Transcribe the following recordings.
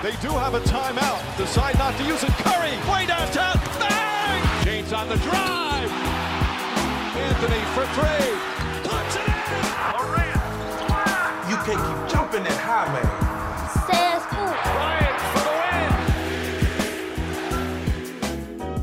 They do have a timeout. Decide not to use it. Curry, way downtown. Bang! James on the drive. Anthony for three. Puts it in. Durant. You can't keep jumping that high, man. Says who? Bryant for the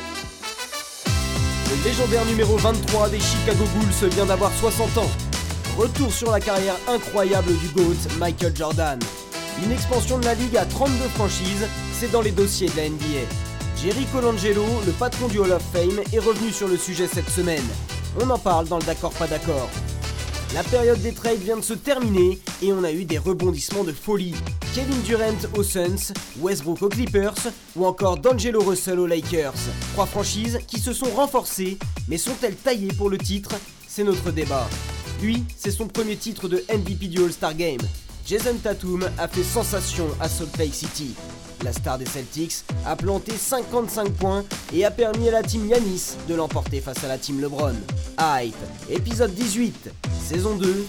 win. Le légendaire numéro 23 des Chicago Bulls vient d'avoir 60 ans. Retour sur la carrière incroyable du GOAT, Michael Jordan. Une expansion de la ligue à 32 franchises, c'est dans les dossiers de la NBA. Jerry Colangelo, le patron du Hall of Fame, est revenu sur le sujet cette semaine. On en parle dans le D'accord pas d'accord. La période des trades vient de se terminer et on a eu des rebondissements de folie. Kevin Durant aux Suns, Westbrook aux Clippers ou encore D'Angelo Russell aux Lakers. 3 franchises qui se sont renforcées, mais sont-elles taillées pour le titre ? C'est notre débat. Lui, c'est son premier titre de MVP du All-Star Game. Jason Tatum a fait sensation à Salt Lake City. La star des Celtics a planté 55 points et a permis à la team Giannis de l'emporter face à la team LeBron. Hype, épisode 18, saison 2.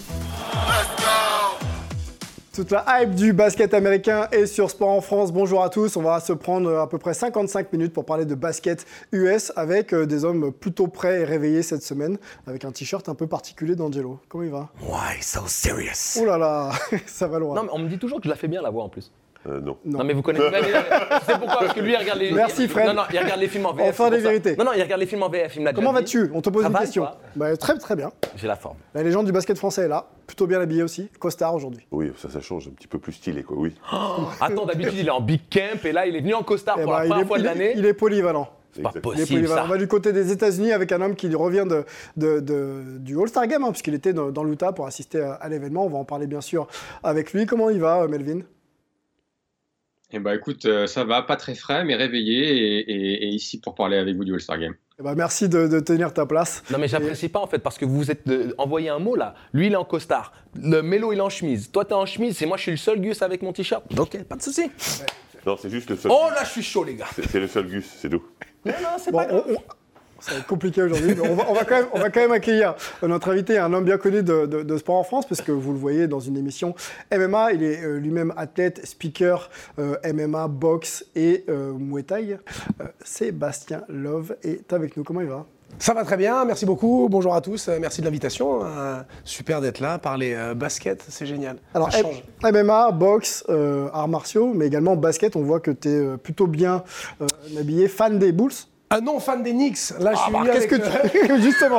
Toute la hype du basket américain est sur Sport en France. Bonjour à tous. On va se prendre à peu près 55 minutes pour parler de basket US avec des hommes plutôt prêts et réveillés cette semaine, avec un t-shirt un peu particulier d'Angelo. Comment il va ? Why so serious? Oh là là, ça va loin. Non, mais on me dit toujours que je la fais bien la voix en plus. Non. Non, mais vous connaissez. C'est pourquoi? Parce que lui, il regarde les. Merci, Fred. Non, il regarde les films en VF. Enfin des vérités. Non, il regarde les films en VF. Il me l'a Comment déjà dit. vas-tu ? On te pose Ça une va, question. toi Très très bien. J'ai la forme. La légende du basket français est là, plutôt bien habillé aussi, costard aujourd'hui. Oui, ça change, un petit peu plus stylé, quoi, oui. Attends, d'habitude, il est en big camp et là, il est venu en costard pour la première fois de l'année. Il est polyvalent. C'est pas Il est possible, polyvalent. ça. On va du côté des États-Unis avec un homme qui revient du All-Star Game, puisqu'il était dans l'Utah pour assister à l'événement. On va en parler bien sûr avec lui. Comment il va, Melvin ? Eh ben, écoute, ça va, pas très frais, mais réveillé et ici pour parler avec vous du All-Star Game. Eh ben, merci de tenir ta place. Non, mais j'apprécie pas en fait parce que vous vous êtes envoyé un mot là. Lui, il est en costard. Le Mélo, il est en chemise. Toi, t'es en chemise et moi, je suis le seul Gus avec mon t-shirt. Ok, pas de souci. Non, c'est juste le seul. Oh là, je suis chaud, les gars. C'est le seul Gus, c'est tout. Non, c'est Bon, pas grave. ça va être compliqué aujourd'hui, mais on va quand même accueillir notre invité, un homme bien connu de Sport en France, parce que vous le voyez dans une émission MMA. Il est lui-même athlète, speaker, MMA, boxe et Muay Thai. Sébastien Love est avec nous. Comment il va ? Ça va très bien, merci beaucoup. Bonjour à tous, merci de l'invitation. Super d'être là, parler basket, c'est génial. Alors, ça change. MMA, boxe, arts martiaux, mais également basket. On voit que tu es plutôt bien habillé, fan des Bulls. Non, fan des Knicks. Là, je suis venu qu'est-ce avec... que tu... Justement.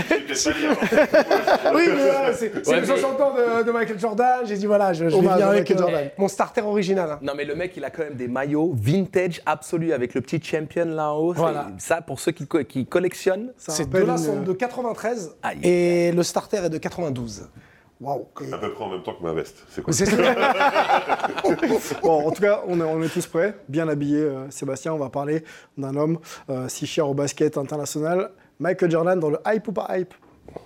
Oui, mais c'est les 60 ans de Michael Jordan. J'ai dit, voilà, je vais venir avec mon starter original. Hein. Non, mais le mec, il a quand même des maillots vintage absolus avec le petit champion là en haut. Voilà. Ça, pour ceux qui collectionnent. Ces deux-là sont de 93 et le starter est de 92. Waouh. À peu près en même temps que ma veste. C'est quoi? C'est ça. Bon, en tout cas, on est tous prêts, bien habillés. Sébastien, on va parler d'un homme si cher au basket international. Michael Jordan dans le hype ou pas hype?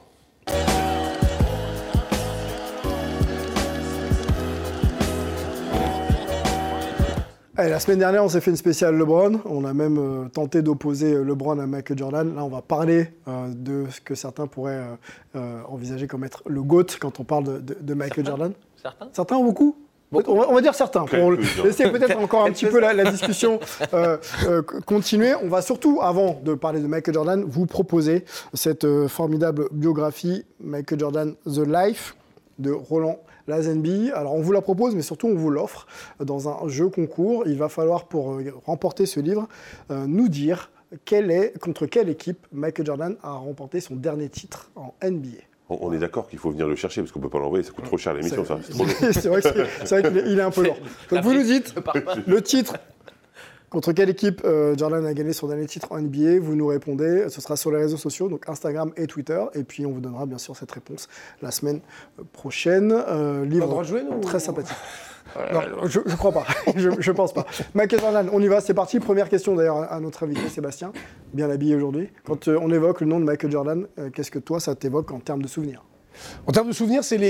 Allez, la semaine dernière, on s'est fait une spéciale LeBron. On a même tenté d'opposer LeBron à Michael Jordan. Là, on va parler de ce que certains pourraient envisager comme être le GOAT quand on parle de Michael Jordan. Certains ou beaucoup? On va dire certains, pour laisser peut-être encore un petit peu la discussion continuer. On va surtout, avant de parler de Michael Jordan, vous proposer cette formidable biographie Michael Jordan The Life de Roland Lazenby. Alors on vous la propose, mais surtout on vous l'offre dans un jeu concours. Il va falloir, pour remporter ce livre, nous dire contre quelle équipe Michael Jordan a remporté son dernier titre en NBA. On est d'accord qu'il faut venir le chercher, parce qu'on ne peut pas l'envoyer, ça coûte trop cher l'émission, ça. C'est trop long. C'est vrai qu'il est un peu lourd. Donc vous nous dites le titre, contre quelle équipe Jordan a gagné son dernier titre en NBA. Vous nous répondez, ce sera sur les réseaux sociaux, donc Instagram et Twitter. Et puis on vous donnera bien sûr cette réponse la semaine prochaine. Livre On a le droit de jouer, nous, très sympathique. Non, je ne crois pas, je pense pas. Michael Jordan, on y va, c'est parti. Première question d'ailleurs à notre invité Sébastien, bien habillé aujourd'hui. Quand on évoque le nom de Michael Jordan, qu'est-ce que toi ça t'évoque en termes de souvenirs? En termes de souvenirs, c'est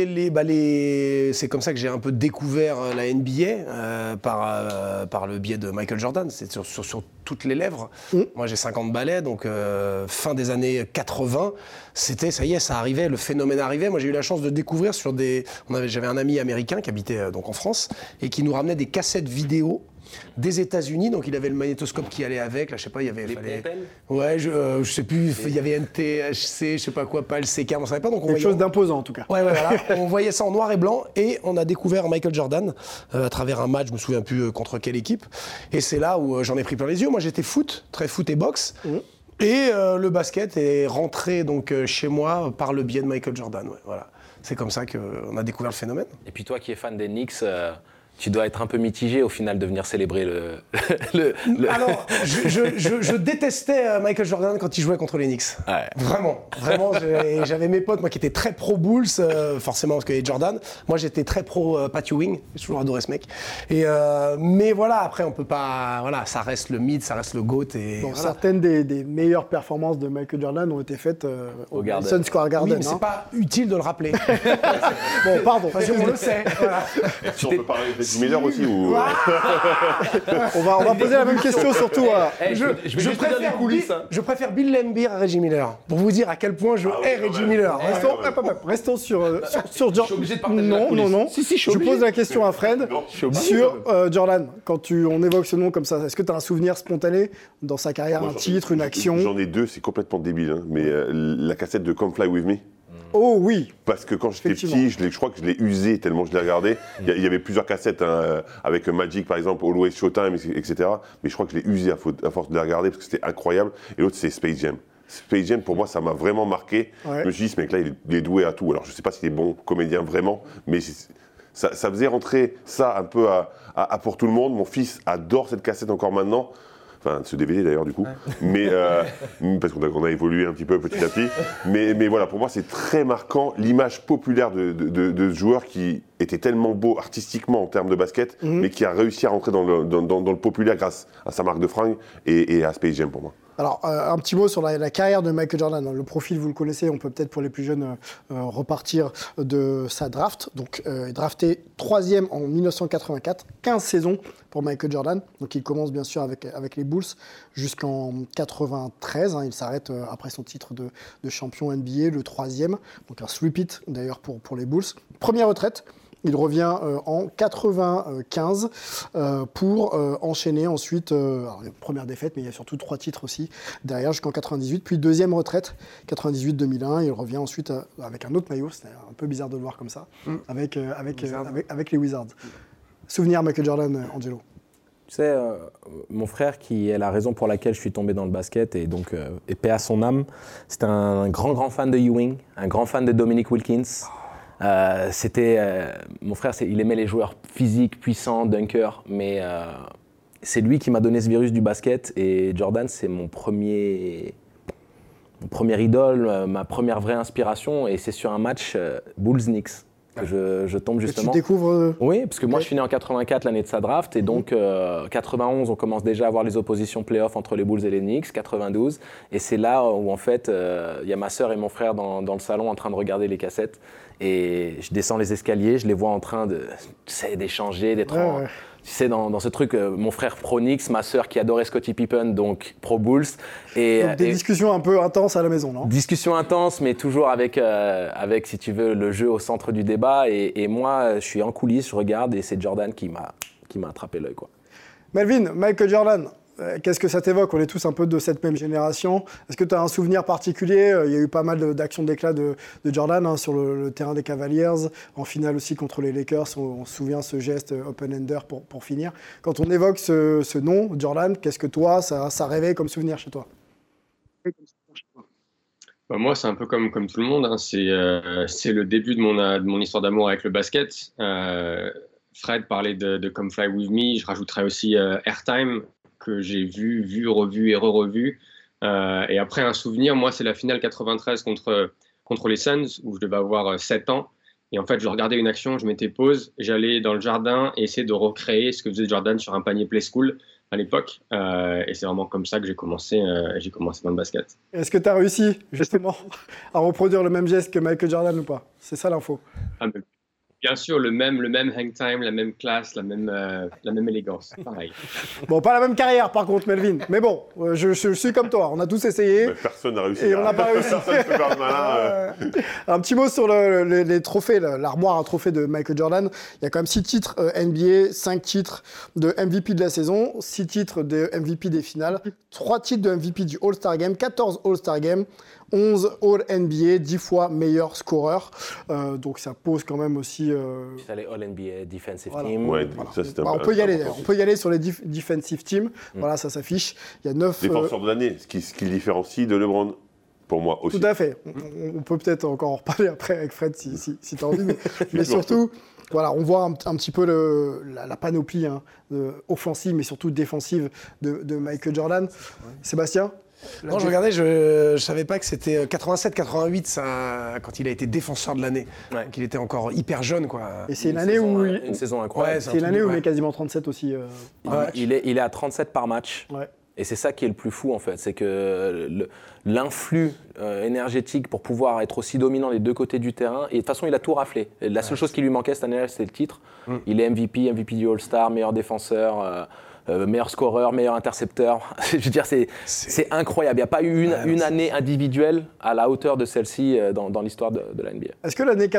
c'est comme ça que j'ai un peu découvert la NBA par le biais de Michael Jordan. C'est sur toutes les lèvres. Moi, j'ai 50 balais, donc fin des années 80, ça y est, ça arrivait, le phénomène arrivait. Moi, j'ai eu la chance de découvrir j'avais un ami américain qui habitait donc en France et qui nous ramenait des cassettes vidéo des États-Unis, donc il avait le magnétoscope qui allait avec, là je sais pas, il y avait... Ouais, je sais plus, il y avait NTHC, je sais pas quoi, pas LCK, on savait pas, donc on quelque chose d'imposant en tout cas. Ouais, voilà, on voyait ça en noir et blanc, et on a découvert Michael Jordan à travers un match, je me souviens plus contre quelle équipe, et c'est là où j'en ai pris plein les yeux. Moi j'étais très foot et boxe, et le basket est rentré donc chez moi par le biais de Michael Jordan, ouais, voilà. C'est comme ça qu'on a découvert le phénomène. Et puis toi qui es fan des Knicks, tu dois être un peu mitigé au final de venir célébrer le... Alors, je détestais Michael Jordan quand il jouait contre les Knicks. Ouais. Vraiment. J'avais mes potes, moi, qui étaient très pro Bulls, forcément, parce qu'il y avait Jordan. Moi, j'étais très pro Pat Ewing. J'ai toujours adoré ce mec. Mais voilà, après, on peut pas... Voilà, ça reste le mythe, ça reste le GOAT. Et donc, voilà. certaines des meilleures performances de Michael Jordan ont été faites au Madison Square Garden. Oui, mais c'est pas utile de le rappeler. Bon, pardon. Parce qu'on le sait. Voilà. Si on peut parler de Reggie Miller aussi ou... on va poser la même question surtout à... Je préfère Bill Laimbeer à Reggie Miller, pour vous dire à quel point je hais Reggie Miller. Restons sur Jordan. Je suis obligé de partager la Non. coulisse. Si, je pose la question à Fred sur Jordan. Quand on évoque ce nom comme ça, est-ce que tu as un souvenir spontané dans sa carrière, un titre, une action? J'en ai deux, c'est complètement débile, hein, mais la cassette de Come Fly With Me. Oh oui. Parce que quand j'étais petit, je crois que je l'ai usé tellement je l'ai regardé. Il y avait plusieurs cassettes hein, avec Magic par exemple, Always Showtime, etc. Mais je crois que je l'ai usé à force de les regarder parce que c'était incroyable. Et l'autre c'est Space Jam. Space Jam pour moi ça m'a vraiment marqué. Ouais. Je me suis dit ce mec là il est doué à tout. Alors je sais pas s'il est bon comédien vraiment, mais ça faisait rentrer ça un peu à pour tout le monde. Mon fils adore cette cassette encore maintenant. Enfin, ce DVD d'ailleurs du coup, mais parce qu'on a évolué un petit peu petit à petit. Mais voilà, pour moi c'est très marquant l'image populaire de ce joueur qui était tellement beau artistiquement en termes de basket, mais qui a réussi à rentrer dans le populaire grâce à sa marque de fringues et à Space Jam pour moi. Alors, un petit mot sur la carrière de Michael Jordan. Le profil, vous le connaissez, on peut peut-être pour les plus jeunes repartir de sa draft. Donc, drafté 3e en 1984, 15 saisons pour Michael Jordan. Donc, il commence bien sûr avec les Bulls jusqu'en 93. Il s'arrête après son titre de champion NBA, le 3e. Donc, un sweep-it d'ailleurs pour les Bulls. Première retraite. Il revient en 95 pour enchaîner ensuite, première défaite, mais il y a surtout 3 titres aussi derrière jusqu'en 98. Puis deuxième retraite, 98-2001. Il revient ensuite avec un autre maillot, c'était un peu bizarre de le voir comme ça, avec les Wizards. Souvenir Michael Jordan, Angelo. Tu sais, mon frère, qui est la raison pour laquelle je suis tombé dans le basket, et donc paix à son âme, c'était un grand fan de Ewing, un grand fan de Dominique Wilkins. Mon frère, il aimait les joueurs physiques, puissants, dunkers, mais c'est lui qui m'a donné ce virus du basket, et Jordan, c'est mon premier idole, ma première vraie inspiration, et c'est sur un match Bulls-Knicks que je tombe justement. Et tu découvres Oui, parce que moi je suis né en 84, l'année de sa draft, et donc 91, on commence déjà à voir les oppositions play-off entre les Bulls et les Knicks, 92, et c'est là où en fait il y a ma sœur et mon frère dans le salon en train de regarder les cassettes, et je descends les escaliers, je les vois en train d'échanger, d'être tu sais, dans ce truc, mon frère pro Knicks, ma sœur qui adorait Scottie Pippen, donc pro Bulls. Donc des discussions un peu intenses à la maison, non? Discussions intenses, mais toujours avec, si tu veux, le jeu au centre du débat. Et moi, je suis en coulisses, je regarde, et c'est Jordan qui m'a attrapé l'œil, quoi. Melvin, Michael Jordan, qu'est-ce que ça t'évoque? On est tous un peu de cette même génération. Est-ce que tu as un souvenir particulier? Il y a eu pas mal d'actions d'éclat de Jordan sur le terrain des Cavaliers, en finale aussi contre les Lakers. On se souvient ce geste open-ender pour finir. Quand on évoque ce nom, Jordan, qu'est-ce que toi, ça réveille comme souvenir chez toi? Bah moi, c'est un peu comme tout le monde. Hein. C'est le début de mon histoire d'amour avec le basket. Fred parlait de Come Fly With Me. Je rajouterais aussi Airtime, que j'ai vu, revu et re-revu. Et après, un souvenir, moi, c'est la finale 93 contre les Suns, où je devais avoir 7 ans. Et en fait, je regardais une action, je mettais pause, j'allais dans le jardin et essayer de recréer ce que faisait Jordan sur un panier Play School à l'époque. Et c'est vraiment comme ça que j'ai commencé dans le basket. Est-ce que tu as réussi, justement, à reproduire le même geste que Michael Jordan ou pas? C'est ça l'info. Bien sûr, le même hang time, la même classe, la même élégance. Pareil. Bon, pas la même carrière, par contre, Melvin. Mais bon, je suis comme toi. On a tous essayé. Mais personne n'a réussi. Et on n'a pas réussi. Personne ne peut faire le malin. Un petit mot sur les trophées, l'armoire à trophées de Michael Jordan. Il y a quand même 6 titres NBA, 5 titres de MVP de la saison, 6 titres de MVP des finales, 3 titres de MVP du All-Star Game, 14 All-Star Game, 11 All-NBA, 10 fois meilleur scoreur. Donc ça pose quand même aussi... Ça, les All-NBA Defensive Voilà. Team. Ouais, ça, c'était on peut y aller. On peut y aller sur les defensive teams. Voilà, ça s'affiche. Il y a 9... Défenseur de l'année, ce qui le différencie de LeBron, pour moi aussi. Tout à fait. On peut peut-être encore en reparler après avec Fred si tu as envie. Mais surtout, voilà, on voit un petit peu la panoplie offensive, mais surtout défensive de Michael Jordan. Sébastien? Non, je regardais, je savais pas que c'était 87-88 quand il a été défenseur de l'année. Ouais. Donc il était encore hyper jeune, quoi. Et c'est une année où... Une saison incroyable. Ouais, C'est une année où il met quasiment 37 aussi. Il est à 37 par match. Ouais. Et c'est ça qui est le plus fou en fait, c'est que l'influx énergétique pour pouvoir être aussi dominant des deux côtés du terrain, et de toute façon il a tout raflé. La seule chose qui lui manquait cette année-là, c'était le titre. Il est MVP du All-Star, meilleur défenseur, meilleur scoreur, meilleur intercepteur. Je veux dire, c'est incroyable. Il n'y a pas eu une année individuelle à la hauteur de celle-ci dans l'histoire de la NBA. Est-ce que l'année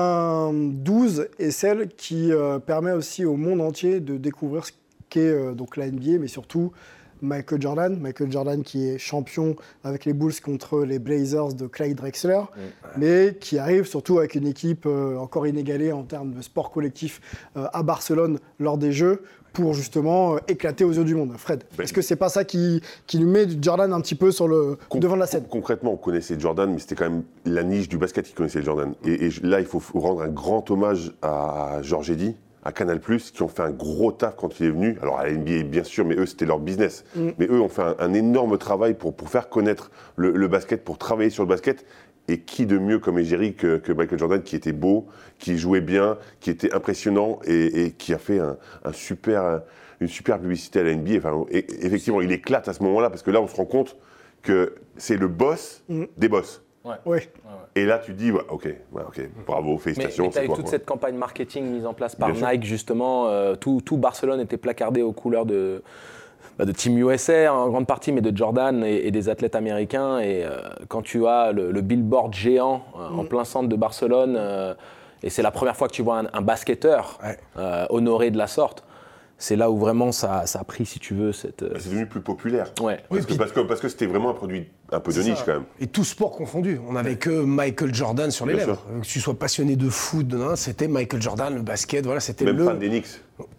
92 est celle qui permet aussi au monde entier de découvrir ce qu'est donc la NBA, mais surtout Michael Jordan qui est champion avec les Bulls contre les Blazers de Clyde Drexler, mais qui arrive surtout avec une équipe encore inégalée en termes de sport collectif à Barcelone lors des Jeux pour justement éclater aux yeux du monde. Fred, est-ce que c'est pas ça qui lui met Jordan un petit peu sur devant de la scène? Concrètement, on connaissait Jordan, mais c'était quand même la niche du basket qui connaissait Jordan. Et là, il faut rendre un grand hommage à Georges Eddy, à Canal+, qui ont fait un gros taf quand il est venu. Alors à la NBA, bien sûr, mais eux, c'était leur business. Mais eux ont fait un énorme travail pour faire connaître le basket, pour travailler sur le basket. Et qui de mieux comme égérie que Michael Jordan, qui était beau, qui jouait bien, qui était impressionnant et qui a fait une super publicité à la NBA. Enfin, effectivement, il éclate à ce moment-là, parce que là, on se rend compte que c'est le boss des boss. Ouais. Et là, tu te dis, ok, bravo, félicitations. Mais tu as eu toute cette campagne marketing mise en place par Nike, justement. Tout Barcelone était placardé aux couleurs de Team USA en grande partie, mais de Jordan et des athlètes américains. Et quand tu as le billboard géant en plein centre de Barcelone, et c'est la première fois que tu vois un basketteur honoré de la sorte, c'est là où vraiment ça a pris, si tu veux, cette... C'est devenu plus populaire. Ouais. Parce que c'était vraiment un produit un peu de niche, quand même. Et tout sport confondu. On n'avait que Michael Jordan sur les lèvres. Que tu sois passionné de foot, c'était Michael Jordan, le basket, voilà, c'était Même fan des Knicks.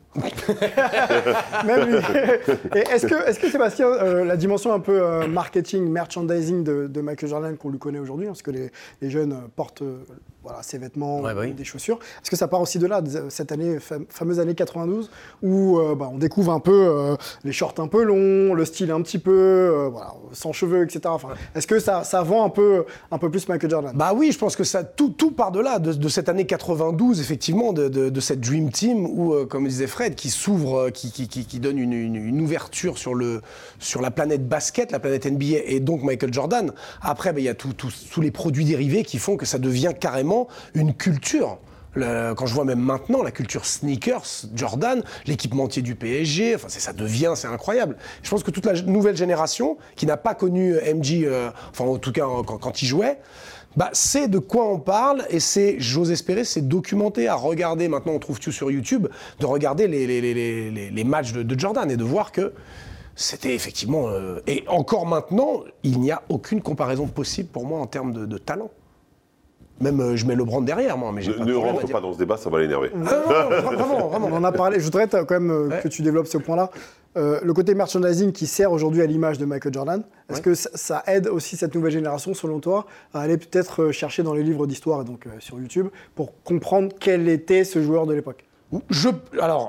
Même lui. Et est-ce que Sébastien, la dimension un peu marketing, merchandising de Michael Jordan qu'on lui connaît aujourd'hui, parce que les jeunes portent ses vêtements, des chaussures, est-ce que ça part aussi de là, de cette année, fameuse année 92, où on découvre un peu les shorts un peu longs, le style un petit peu, sans cheveux, etc. Enfin, est-ce que ça vend un peu plus Michael Jordan? Bah oui, je pense que ça tout part de là, de cette année 92, effectivement, de cette Dream Team où, comme disait Fred, qui s'ouvre, qui donne une ouverture sur la planète basket, la planète NBA, et donc Michael Jordan. Après, il y a tous les produits dérivés qui font que ça devient carrément une culture. Quand je vois même maintenant la culture sneakers, Jordan, l'équipementier du PSG, enfin c'est incroyable. Je pense que toute la nouvelle génération qui n'a pas connu MJ, enfin en tout cas quand il jouait, c'est de quoi on parle et j'ose espérer, c'est documenté à regarder. Maintenant, on trouve tout sur YouTube, de regarder les matchs de Jordan et de voir que c'était effectivement... et encore maintenant, il n'y a aucune comparaison possible pour moi en termes de talent. Même je mets LeBron derrière, moi, mais j'ai pas de problème à rentre dire. pas dans ce débat, ça va l'énerver. Non, vraiment. On en a parlé. Je voudrais quand même que tu développes ce point-là. Le côté merchandising qui sert aujourd'hui à l'image de Michael Jordan, est-ce que ça aide aussi cette nouvelle génération, selon toi, à aller peut-être chercher dans les livres d'histoire, et donc sur YouTube, pour comprendre quel était ce joueur de l'époque? Alors,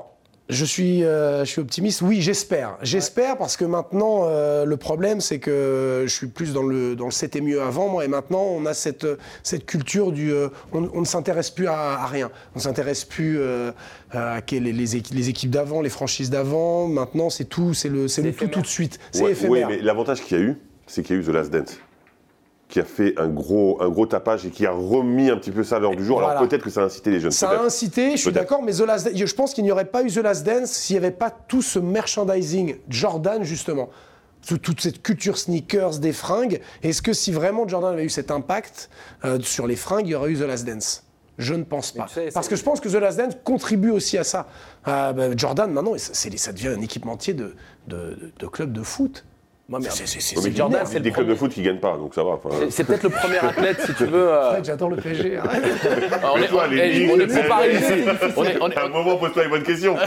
Je suis optimiste. Oui, j'espère. J'espère parce que maintenant, le problème, c'est que je suis plus dans le c'était mieux avant, moi, et maintenant, on a cette culture du... on ne s'intéresse plus à rien. On ne s'intéresse plus à les équipes d'avant, les franchises d'avant. Maintenant, c'est tout, c'est le tout de suite. C'est éphémère. Oui, mais l'avantage qu'il y a eu, c'est qu'il y a eu The Last Dance, qui a fait un gros tapage et qui a remis un petit peu ça à l'heure du jour. Alors peut-être que ça a incité les jeunes. Ça a incité, je suis d'accord, mais je pense qu'il n'y aurait pas eu The Last Dance s'il n'y avait pas tout ce merchandising Jordan, justement. Toute cette culture sneakers, des fringues. Est-ce que si vraiment Jordan avait eu cet impact sur les fringues, il y aurait eu The Last Dance ? Je ne pense pas. Parce que je pense que The Last Dance contribue aussi à ça. Jordan, maintenant, ça devient un équipementier de club de foot. Moi, mais c'est Jordan, c'est des clubs de foot qui gagnent pas, donc ça va. C'est peut-être le premier athlète, si tu veux. J'adore le PSG. On est plus pareil ici. À un moment, pose-toi les bonnes questions.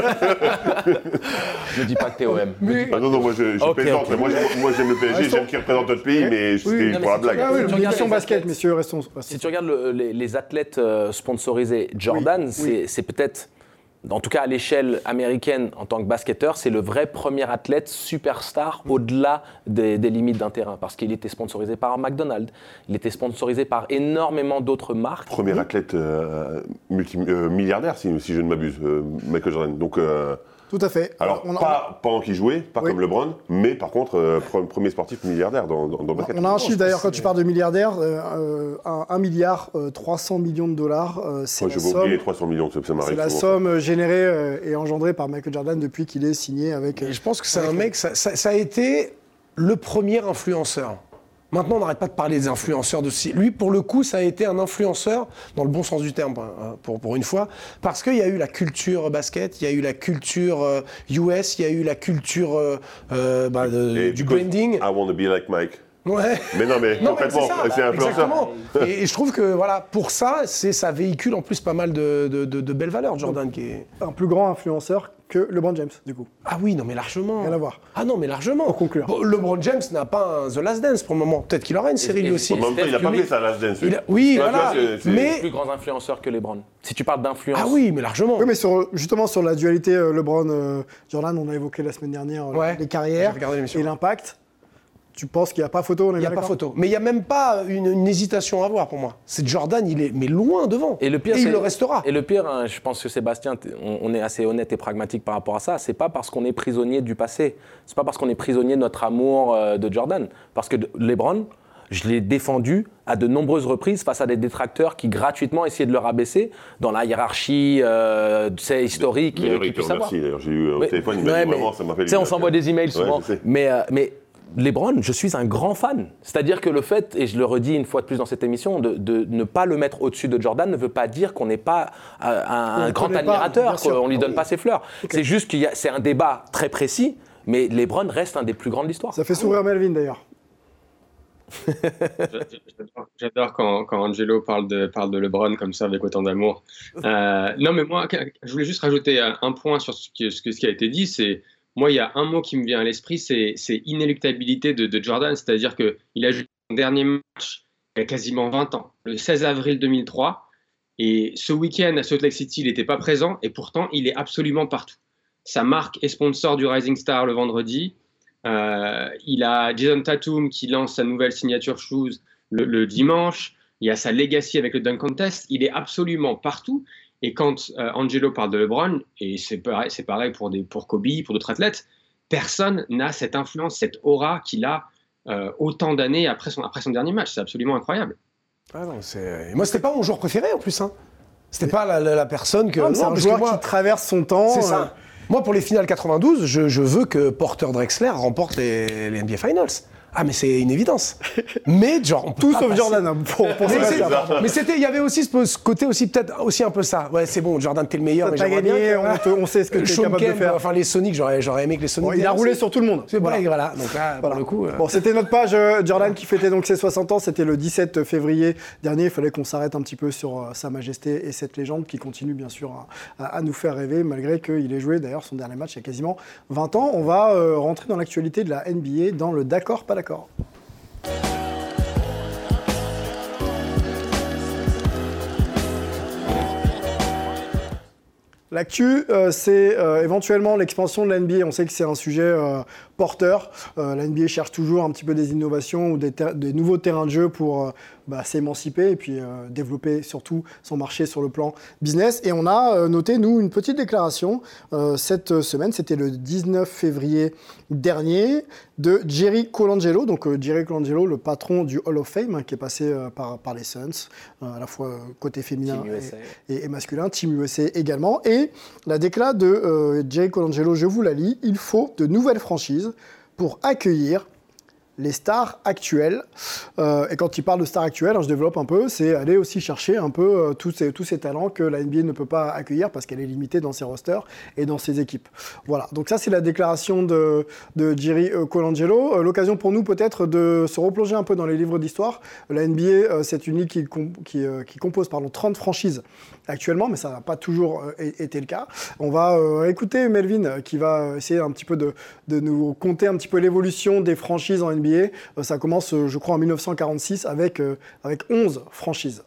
Ne dis pas que t'es OM. Non, moi je plaisante. Moi j'aime le PSG, j'aime qu'il représente notre pays, mais c'était pour la blague. Une question basket, messieurs, restons. Si tu regardes les athlètes sponsorisés Jordan, c'est peut-être. En tout cas, à l'échelle américaine, en tant que basketteur, c'est le vrai premier athlète superstar au-delà des limites d'un terrain. Parce qu'il était sponsorisé par McDonald's, il était sponsorisé par énormément d'autres marques. Premier athlète milliardaire, si je ne m'abuse, Michael Jordan. Donc, tout à fait. Alors, pas pendant qu'il jouait, pas comme LeBron, mais par contre, premier sportif milliardaire dans le basket. On a un chiffre d'ailleurs, quand tu parles de milliardaire, 1 milliard 300 millions de dollars. Je vais oublier les 300 millions, ça m'arrive. C'est la somme générée et engendrée par Michael Jordan depuis qu'il est signé avec... Et je pense que c'est un mec, ça a été le premier influenceur. Maintenant, on n'arrête pas de parler des influenceurs de lui, pour le coup, ça a été un influenceur, dans le bon sens du terme, pour une fois, parce qu'il y a eu la culture basket, il y a eu la culture US, il y a eu la culture du branding. I want to be like Mike. Ouais. Mais concrètement, c'est un influenceur. Exactement. Et je trouve que pour ça, ça véhicule en plus pas mal de belles valeurs, Jordan. Qui est un plus grand influenceur que LeBron James, du coup. Ah oui, non mais largement. Rien à voir. Ah non mais largement. Pour conclure. LeBron James n'a pas un The Last Dance pour le moment. Peut-être qu'il aura une série lui aussi. En même temps, il n'a pas fait sa Last Dance. Oui, voilà. Mais plus grand influenceur que LeBron. Si tu parles d'influence. Ah oui, mais largement. Oui, mais justement sur la dualité LeBron-Jordan, on a évoqué la semaine dernière les carrières et l'impact. Tu penses qu'il n'y a pas photo? Il n'y a pas photo. Mais il n'y a même pas une hésitation à avoir pour moi. C'est Jordan, il est mais loin devant. Et le pire, il le restera. Et le pire, je pense que Sébastien, on est assez honnête et pragmatique par rapport à ça. C'est pas parce qu'on est prisonnier du passé. C'est pas parce qu'on est prisonnier de notre amour de Jordan. Parce que LeBron, je l'ai défendu à de nombreuses reprises face à des détracteurs qui gratuitement essayaient de le rabaisser dans la hiérarchie historique. Merci, d'ailleurs. J'ai eu au téléphone, il m'a dit vraiment, ça m'a fait... On s'envoie des emails souvent. Mais LeBron, je suis un grand fan. C'est-à-dire que le fait, et je le redis une fois de plus dans cette émission, de ne pas le mettre au-dessus de Jordan ne veut pas dire qu'on n'est pas un grand admirateur, qu'on ne lui donne pas ses fleurs. Okay. C'est juste que c'est un débat très précis, mais LeBron reste un des plus grands de l'histoire. Ça fait sourire Melvin d'ailleurs. J'adore quand Angelo parle de LeBron comme ça avec autant d'amour. Non, mais moi, je voulais juste rajouter un point sur ce qui a été dit. C'est moi, il y a un mot qui me vient à l'esprit, c'est inéluctabilité de Jordan. C'est-à-dire qu'il a joué son dernier match il y a quasiment 20 ans, le 16 avril 2003. Et ce week-end à Salt Lake City, il n'était pas présent. Et pourtant, il est absolument partout. Sa marque est sponsor du Rising Star le vendredi. Il a Jason Tatum qui lance sa nouvelle signature shoes le dimanche. Il y a sa legacy avec le Dunk Contest. Il est absolument partout. Et quand Angelo parle de LeBron, et c'est pareil pour Kobe, pour d'autres athlètes, personne n'a cette influence, cette aura qu'il a autant d'années après son dernier match. C'est absolument incroyable. Ah non, moi, c'était pas mon joueur préféré en plus. Hein. C'était pas la personne que... Non, c'est un joueur qui traverse son temps. C'est ça. Moi, pour les finales 92, je veux que Porter Drexler remporte les NBA Finals. Ah, mais c'est une évidence. Mais genre, tout sauf Jordan, hein, pour mais il y avait aussi ce côté aussi, peut-être aussi un peu ça. Ouais, c'est bon, Jordan, t'es le meilleur, mais j'aimerais gagné, bien. On sait ce que t'es capable de faire. Enfin, les Sonics, j'aurais aimé que les Sonics... Bon, il a roulé sur tout le monde. C'est voilà. Donc là, pour le coup... Bon, c'était notre page Jordan qui fêtait donc ses 60 ans. C'était le 17 février dernier. Il fallait qu'on s'arrête un petit peu sur Sa Majesté et cette légende qui continue, bien sûr, à nous faire rêver, malgré qu'il ait joué, d'ailleurs, son dernier match il y a quasiment 20 ans. On va rentrer dans l'actualité de la NBA, dans le d'accord, pas d'accord. L'actu, c'est éventuellement l'expansion de la NBA. On sait que c'est un sujet porteur. La NBA cherche toujours un petit peu des innovations ou des nouveaux terrains de jeu pour s'émanciper et puis développer surtout son marché sur le plan business. Et on a noté, nous, une petite déclaration cette semaine, c'était le 19 février dernier, de Jerry Colangelo. Donc Jerry Colangelo, le patron du Hall of Fame, qui est passé par les Suns, à la fois côté féminin et masculin, Team USA également. Et la décla de Jerry Colangelo, je vous la lis, il faut de nouvelles franchises pour accueillir les stars actuelles. Et quand il parle de stars actuelles, je développe un peu, c'est aller aussi chercher un peu tous ces talents que la NBA ne peut pas accueillir parce qu'elle est limitée dans ses rosters et dans ses équipes. Voilà, donc ça c'est la déclaration de Jerry Colangelo. L'occasion pour nous peut-être de se replonger un peu dans les livres d'histoire. La NBA, c'est une ligue qui compose 30 franchises actuellement, mais ça n'a pas toujours été le cas. On va écouter Melvin qui va essayer un petit peu de nous conter un petit peu l'évolution des franchises en NBA. Ça commence, je crois, en 1946 avec 11 franchises.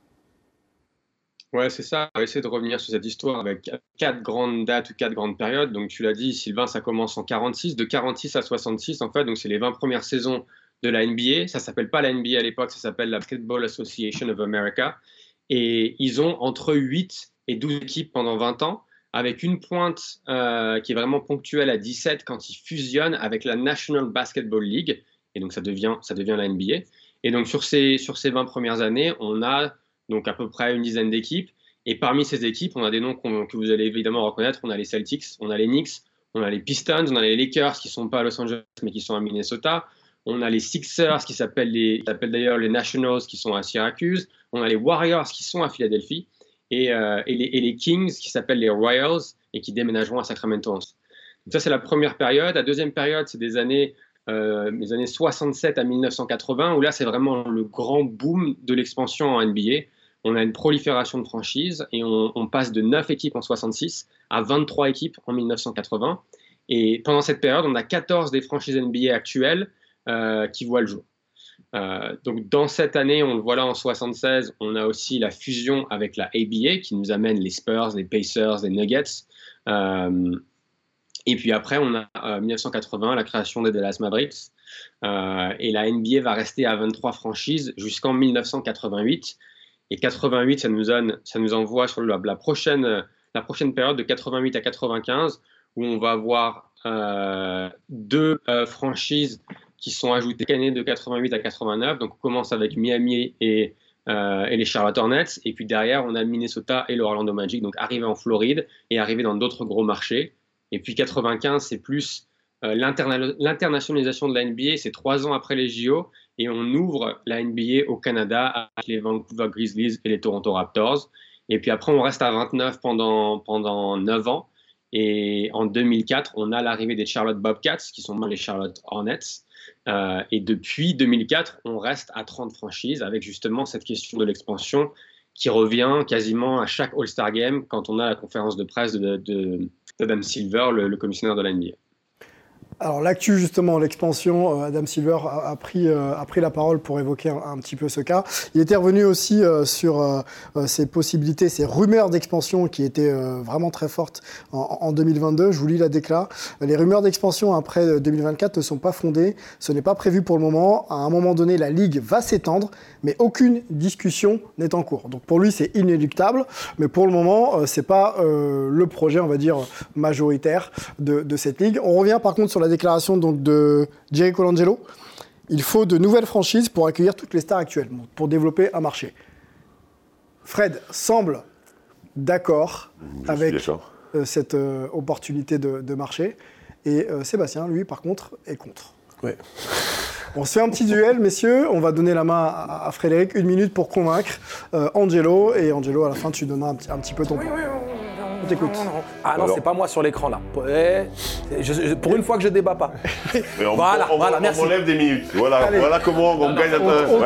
Ouais, c'est ça. On va essayer de revenir sur cette histoire avec 4 grandes dates ou 4 grandes périodes. Donc, tu l'as dit, Sylvain, ça commence en 46, de 46 à 66, en fait. Donc, c'est les 20 premières saisons de la NBA. Ça ne s'appelle pas la NBA à l'époque, ça s'appelle la Basketball Association of America. Et ils ont entre 8 et 12 équipes pendant 20 ans, avec une pointe qui est vraiment ponctuelle à 17 quand ils fusionnent avec la National Basketball League. Et donc, ça devient la NBA. Et donc, sur ces 20 premières années, on a donc à peu près une dizaine d'équipes. Et parmi ces équipes, on a des noms que vous allez évidemment reconnaître. On a les Celtics, on a les Knicks, on a les Pistons, on a les Lakers qui ne sont pas à Los Angeles mais qui sont à Minnesota. On a les Sixers qui s'appellent d'ailleurs les Nationals qui sont à Syracuse. On a les Warriors qui sont à Philadelphie. Et les Kings qui s'appellent les Royals et qui déménageront à Sacramento. Donc ça, c'est la première période. La deuxième période, c'est les années 67 à 1980, où là, c'est vraiment le grand boom de l'expansion en NBA. On a une prolifération de franchises et on passe de 9 équipes en 66 à 23 équipes en 1980. Et pendant cette période, on a 14 des franchises NBA actuelles qui voient le jour. Donc dans cette année, on le voit là en 76, on a aussi la fusion avec la ABA qui nous amène les Spurs, les Pacers, les Nuggets. Et puis après, on a 1980, la création des Dallas Mavericks. Et la NBA va rester à 23 franchises jusqu'en 1988. Et 88, ça nous envoie sur la prochaine période de 88 à 95, où on va avoir 2 franchises qui sont ajoutées chaque année de 88 à 89. Donc on commence avec Miami et les Charlotte Hornets. Et puis derrière, on a Minnesota et le Orlando Magic, donc arrivé en Floride et arrivé dans d'autres gros marchés. Et puis 95, c'est plus l'internationalisation de la NBA. C'est 3 ans après les JO. Et on ouvre la NBA au Canada avec les Vancouver Grizzlies et les Toronto Raptors. Et puis après, on reste à 29 pendant 9 ans. Et en 2004, on a l'arrivée des Charlotte Bobcats, qui sont les Charlotte Hornets. Et depuis 2004, on reste à 30 franchises avec justement cette question de l'expansion qui revient quasiment à chaque All-Star Game quand on a la conférence de presse d'Adam Silver, le commissionnaire de la NBA. Alors l'actu justement, l'expansion, Adam Silver a pris la parole pour évoquer un petit peu ce cas. Il était revenu aussi sur ces possibilités, ces rumeurs d'expansion qui étaient vraiment très fortes en 2022. Je vous lis la décla. Les rumeurs d'expansion après 2024 ne sont pas fondées. Ce n'est pas prévu pour le moment. À un moment donné, la Ligue va s'étendre, mais aucune discussion n'est en cours. Donc pour lui, c'est inéluctable, mais pour le moment, c'est pas le projet, on va dire, majoritaire de cette Ligue. On revient par contre sur la déclaration donc, de Jerry Colangelo. Il faut de nouvelles franchises pour accueillir toutes les stars actuelles, pour développer un marché. Fred semble d'accord avec cette opportunité de marché. Et Sébastien, lui, par contre, est contre. Ouais. On se fait un petit duel, messieurs. On va donner la main à Frédéric, 1 minute pour convaincre Angelo. Et Angelo, à la fin, tu donneras un petit peu ton point. On t'écoute. Ah non, c'est pas moi sur l'écran là. Pour une fois que je débat pas. Mais on merci. enlève des minutes. Voilà comment on gagne un temps.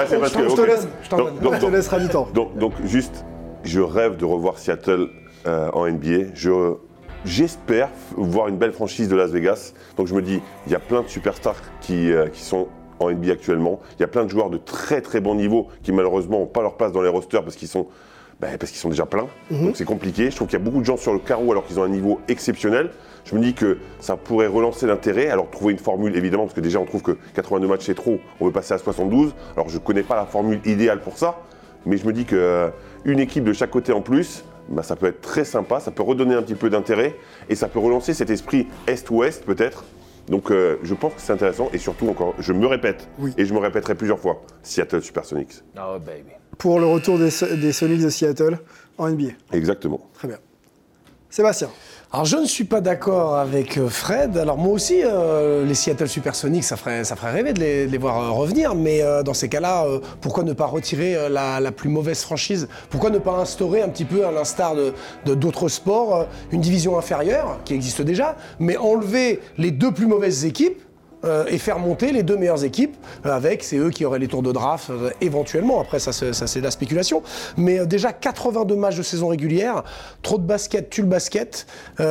Je te laisserai du temps. Donc juste, je rêve de revoir Seattle en NBA. J'espère voir une belle franchise de Las Vegas. Donc je me dis, il y a plein de superstars qui sont en NBA actuellement. Il y a plein de joueurs de très très bon niveau qui malheureusement n'ont pas leur place dans les rosters parce qu'ils sont parce qu'ils sont déjà pleins, donc c'est compliqué. Je trouve qu'il y a beaucoup de gens sur le carreau alors qu'ils ont un niveau exceptionnel. Je me dis que ça pourrait relancer l'intérêt, alors trouver une formule évidemment, parce que déjà on trouve que 82 matchs c'est trop, on veut passer à 72. Alors je ne connais pas la formule idéale pour ça, mais je me dis qu'une équipe de chaque côté en plus, ça peut être très sympa, ça peut redonner un petit peu d'intérêt et ça peut relancer cet esprit Est-Ouest peut-être. Donc je pense que c'est intéressant et surtout encore, je me répète, et je me répéterai plusieurs fois, Seattle Supersonics. Oh baby. Pour le retour des Sonics de Seattle en NBA. Exactement. Très bien. Sébastien. Alors je ne suis pas d'accord avec Fred. Alors moi aussi, les Seattle Supersonics, ça ferait rêver de les voir revenir. Mais dans ces cas-là, pourquoi ne pas retirer la plus mauvaise franchise? Pourquoi ne pas instaurer un petit peu, à l'instar de d'autres sports, une division inférieure qui existe déjà, mais enlever les 2 plus mauvaises équipes et faire monter les 2 meilleures équipes c'est eux qui auraient les tours de draft éventuellement. Après ça c'est de la spéculation, mais déjà 82 matchs de saison régulière, trop de basket tue le basket,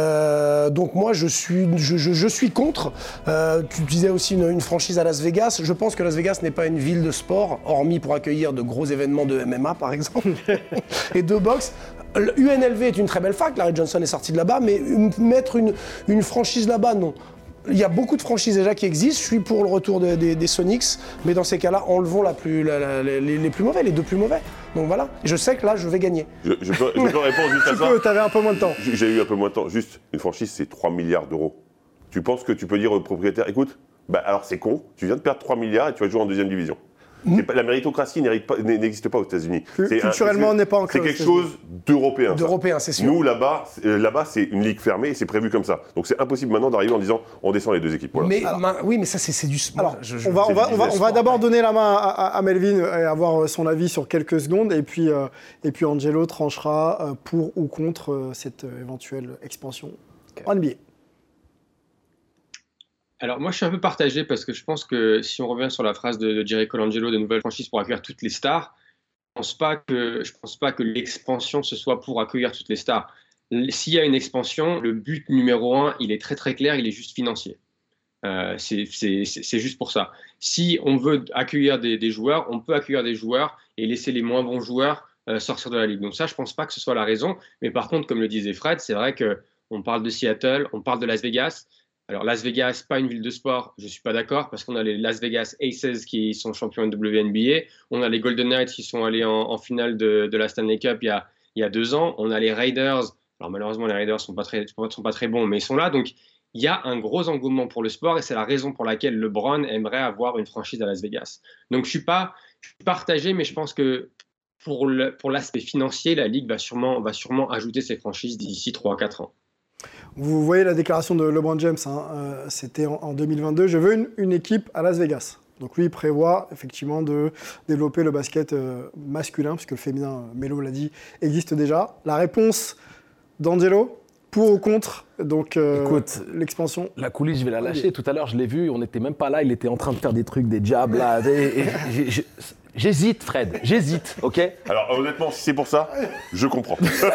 donc moi je suis contre. Tu disais aussi une franchise à Las Vegas. Je pense que Las Vegas n'est pas une ville de sport, hormis pour accueillir de gros événements de MMA par exemple et de boxe. UNLV est une très belle fac, Larry Johnson est sorti de là-bas, mais mettre une franchise là-bas, non. Il y a beaucoup de franchises déjà qui existent. Je suis pour le retour des Sonics, mais dans ces cas-là, enlevons les plus mauvais, les 2 plus mauvais. Donc voilà. Je sais que là, je vais gagner. Je peux répondre juste à ça. Tu avais un peu moins de temps. J'ai eu un peu moins de temps. Juste, une franchise, c'est 3 milliards d'euros. Tu penses que tu peux dire au propriétaire, écoute, alors c'est con, tu viens de perdre 3 milliards et tu vas jouer en 2e division. La méritocratie n'existe pas aux États-Unis. Culturellement, on n'est pas encore. C'est quelque chose d'européen. D'européen, c'est sûr. Nous, là-bas, c'est une ligue fermée et c'est prévu comme ça. Donc c'est impossible maintenant d'arriver en disant on descend les 2 équipes. Voilà. Mais, oui, mais ça, c'est du sport. Alors, on va d'abord donner la main à Melvin et avoir son avis sur quelques secondes. Et puis Angelo tranchera pour ou contre cette éventuelle expansion en NBA. Alors moi je suis un peu partagé parce que je pense que si on revient sur la phrase de Jerry Colangelo de nouvelle franchise pour accueillir toutes les stars, je pense pas que l'expansion ce soit pour accueillir toutes les stars. S'il y a une expansion, le but numéro 1, il est très très clair, il est juste financier. C'est juste pour ça. Si on veut accueillir des joueurs, on peut accueillir des joueurs et laisser les moins bons joueurs sortir de la ligue. Donc ça, je pense pas que ce soit la raison. Mais par contre, comme le disait Fred, c'est vrai qu'on parle de Seattle, on parle de Las Vegas. Alors, Las Vegas, pas une ville de sport, je ne suis pas d'accord, parce qu'on a les Las Vegas Aces qui sont champions de WNBA, on a les Golden Knights qui sont allés en finale de la Stanley Cup il y a 2 ans, on a les Raiders, alors malheureusement les Raiders sont pas très bons, mais ils sont là, donc il y a un gros engouement pour le sport et c'est la raison pour laquelle LeBron aimerait avoir une franchise à Las Vegas. Donc je suis partagé, mais je pense que pour l'aspect financier, la Ligue va sûrement ajouter ses franchises d'ici 3-4 ans. Vous voyez la déclaration de LeBron James, c'était en 2022. Je veux une équipe à Las Vegas. Donc lui, il prévoit effectivement de développer le basket masculin, puisque le féminin, Melo l'a dit, existe déjà. La réponse d'Angelo, pour ou contre Écoute, l'expansion? La coulisse, je vais la lâcher. Tout à l'heure, je l'ai vu, on n'était même pas là, il était en train de faire des trucs, des jabs là. J'hésite, Fred, j'hésite, ok? Alors honnêtement, si c'est pour ça, je comprends.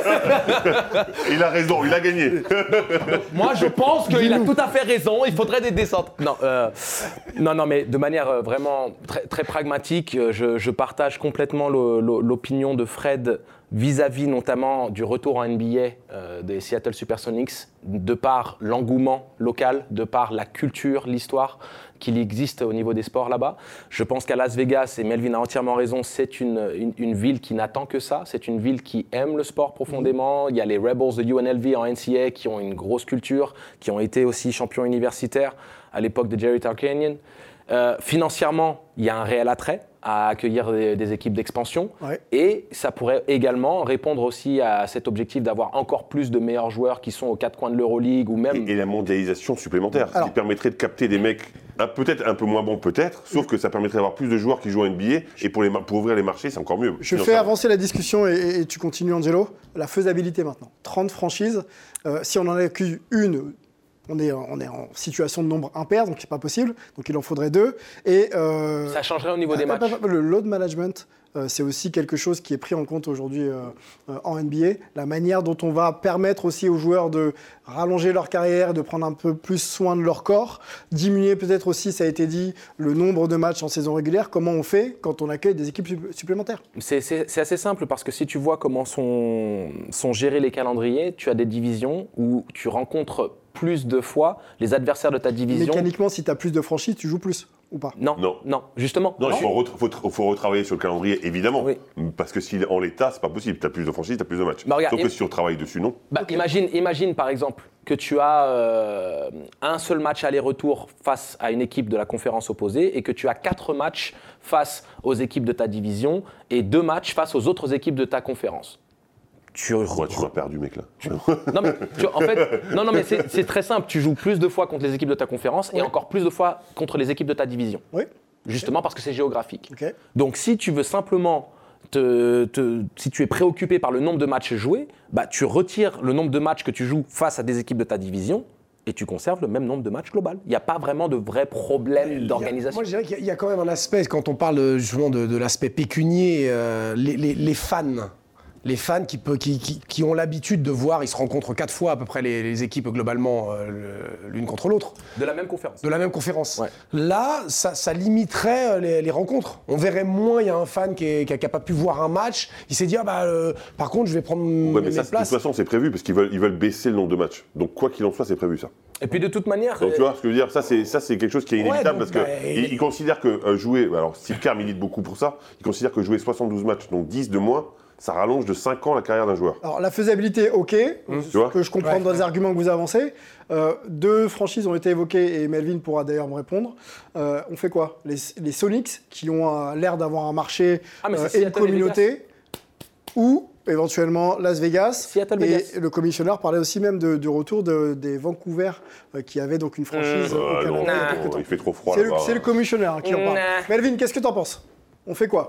Il a raison, il a gagné. Moi, je pense qu'il a tout à fait raison, il faudrait des descentes. Non, mais de manière vraiment très, très pragmatique, je partage complètement l'opinion de Fred vis-à-vis notamment du retour en NBA des Seattle Supersonics, de par l'engouement local, de par la culture, l'histoire qu'il existe au niveau des sports là-bas. Je pense qu'à Las Vegas, et Melvin a entièrement raison, c'est une ville qui n'attend que ça. C'est une ville qui aime le sport profondément. Il y a les Rebels de UNLV en NCAA qui ont une grosse culture, qui ont été aussi champions universitaires à l'époque de Jerry Tarkanian. Financièrement, il y a un réel attrait à accueillir des équipes d'expansion. Ouais. Et ça pourrait également répondre aussi à cet objectif d'avoir encore plus de meilleurs joueurs qui sont aux 4 coins de l'Euroleague ou même... Et la mondialisation supplémentaire, qui permettrait de capter des mecs peut-être un peu moins bons, sauf que ça permettrait d'avoir plus de joueurs qui jouent en NBA et pour ouvrir les marchés, c'est encore mieux. Je fais avancer la discussion et tu continues, Angelo. La faisabilité maintenant. 30 franchises, si on en accueille une... On est en situation de nombre impair, donc c'est pas possible. Donc il en faudrait 2. Et ça changerait au niveau des matchs. Le load management c'est aussi quelque chose qui est pris en compte aujourd'hui en NBA. La manière dont on va permettre aussi aux joueurs de rallonger leur carrière, de prendre un peu plus soin de leur corps, diminuer peut-être aussi, ça a été dit, le nombre de matchs en saison régulière. Comment on fait quand on accueille des équipes supplémentaires ? C'est assez simple parce que si tu vois comment sont gérés les calendriers, tu as des divisions où tu rencontres plus de fois les adversaires de ta division. Mécaniquement, si tu as plus de franchises, tu joues plus ou pas ? Non, justement. Non, il faut retravailler sur le calendrier, évidemment. Oui. Parce que si en l'état, c'est pas possible. Tu as plus de franchises, tu as plus de matchs. Bah, regarde, Sauf que si on travaille dessus, non. Imagine par exemple que tu as un seul match aller-retour face à une équipe de la conférence opposée et que tu as 4 matchs face aux équipes de ta division et 2 matchs face aux autres équipes de ta conférence. Tu m'as perdu, mec, là. Non, mais c'est très simple. Tu joues plus de fois contre les équipes de ta conférence et encore plus de fois contre les équipes de ta division. Oui. Justement parce que c'est géographique. Okay. Donc, si tu veux simplement si tu es préoccupé par le nombre de matchs joués, bah, tu retires le nombre de matchs que tu joues face à des équipes de ta division et tu conserves le même nombre de matchs global. Il n'y a pas vraiment de vrai problème d'organisation. Moi, je dirais qu'il y a quand même un aspect, quand on parle justement de l'aspect pécunier, les fans. Les fans qui ont l'habitude de voir, ils se rencontrent 4 fois à peu près les équipes globalement l'une contre l'autre. De la même conférence. De la même conférence. Ouais. Là, ça limiterait les rencontres. On verrait moins, il y a un fan qui n'a pas pu voir un match, il s'est dit, par contre, je vais prendre mes places. De toute façon, c'est prévu parce qu'ils veulent baisser le nombre de matchs. Donc, quoi qu'il en soit, c'est prévu ça. Et puis de toute manière... Donc tu vois ce que je veux dire, ça c'est quelque chose qui est inévitable parce qu'ils considèrent que jouer, alors Steve Kerr milite beaucoup pour ça, ils considèrent que jouer 72 matchs, donc 10 de moins, ça rallonge de 5 ans la carrière d'un joueur. Alors la faisabilité, ok, ce que je comprends dans les arguments que vous avancez. 2 franchises ont été évoquées et Melvin pourra d'ailleurs me répondre. On fait quoi ? Les Sonics qui ont l'air d'avoir un marché et une communauté, ou éventuellement Las Vegas. Et le commissionneur parlait aussi même du retour des Vancouver qui avaient donc une franchise au Canada. Il fait trop froid. C'est le commissionneur qui en parle. Melvin, qu'est-ce que t'en penses ? On fait quoi ?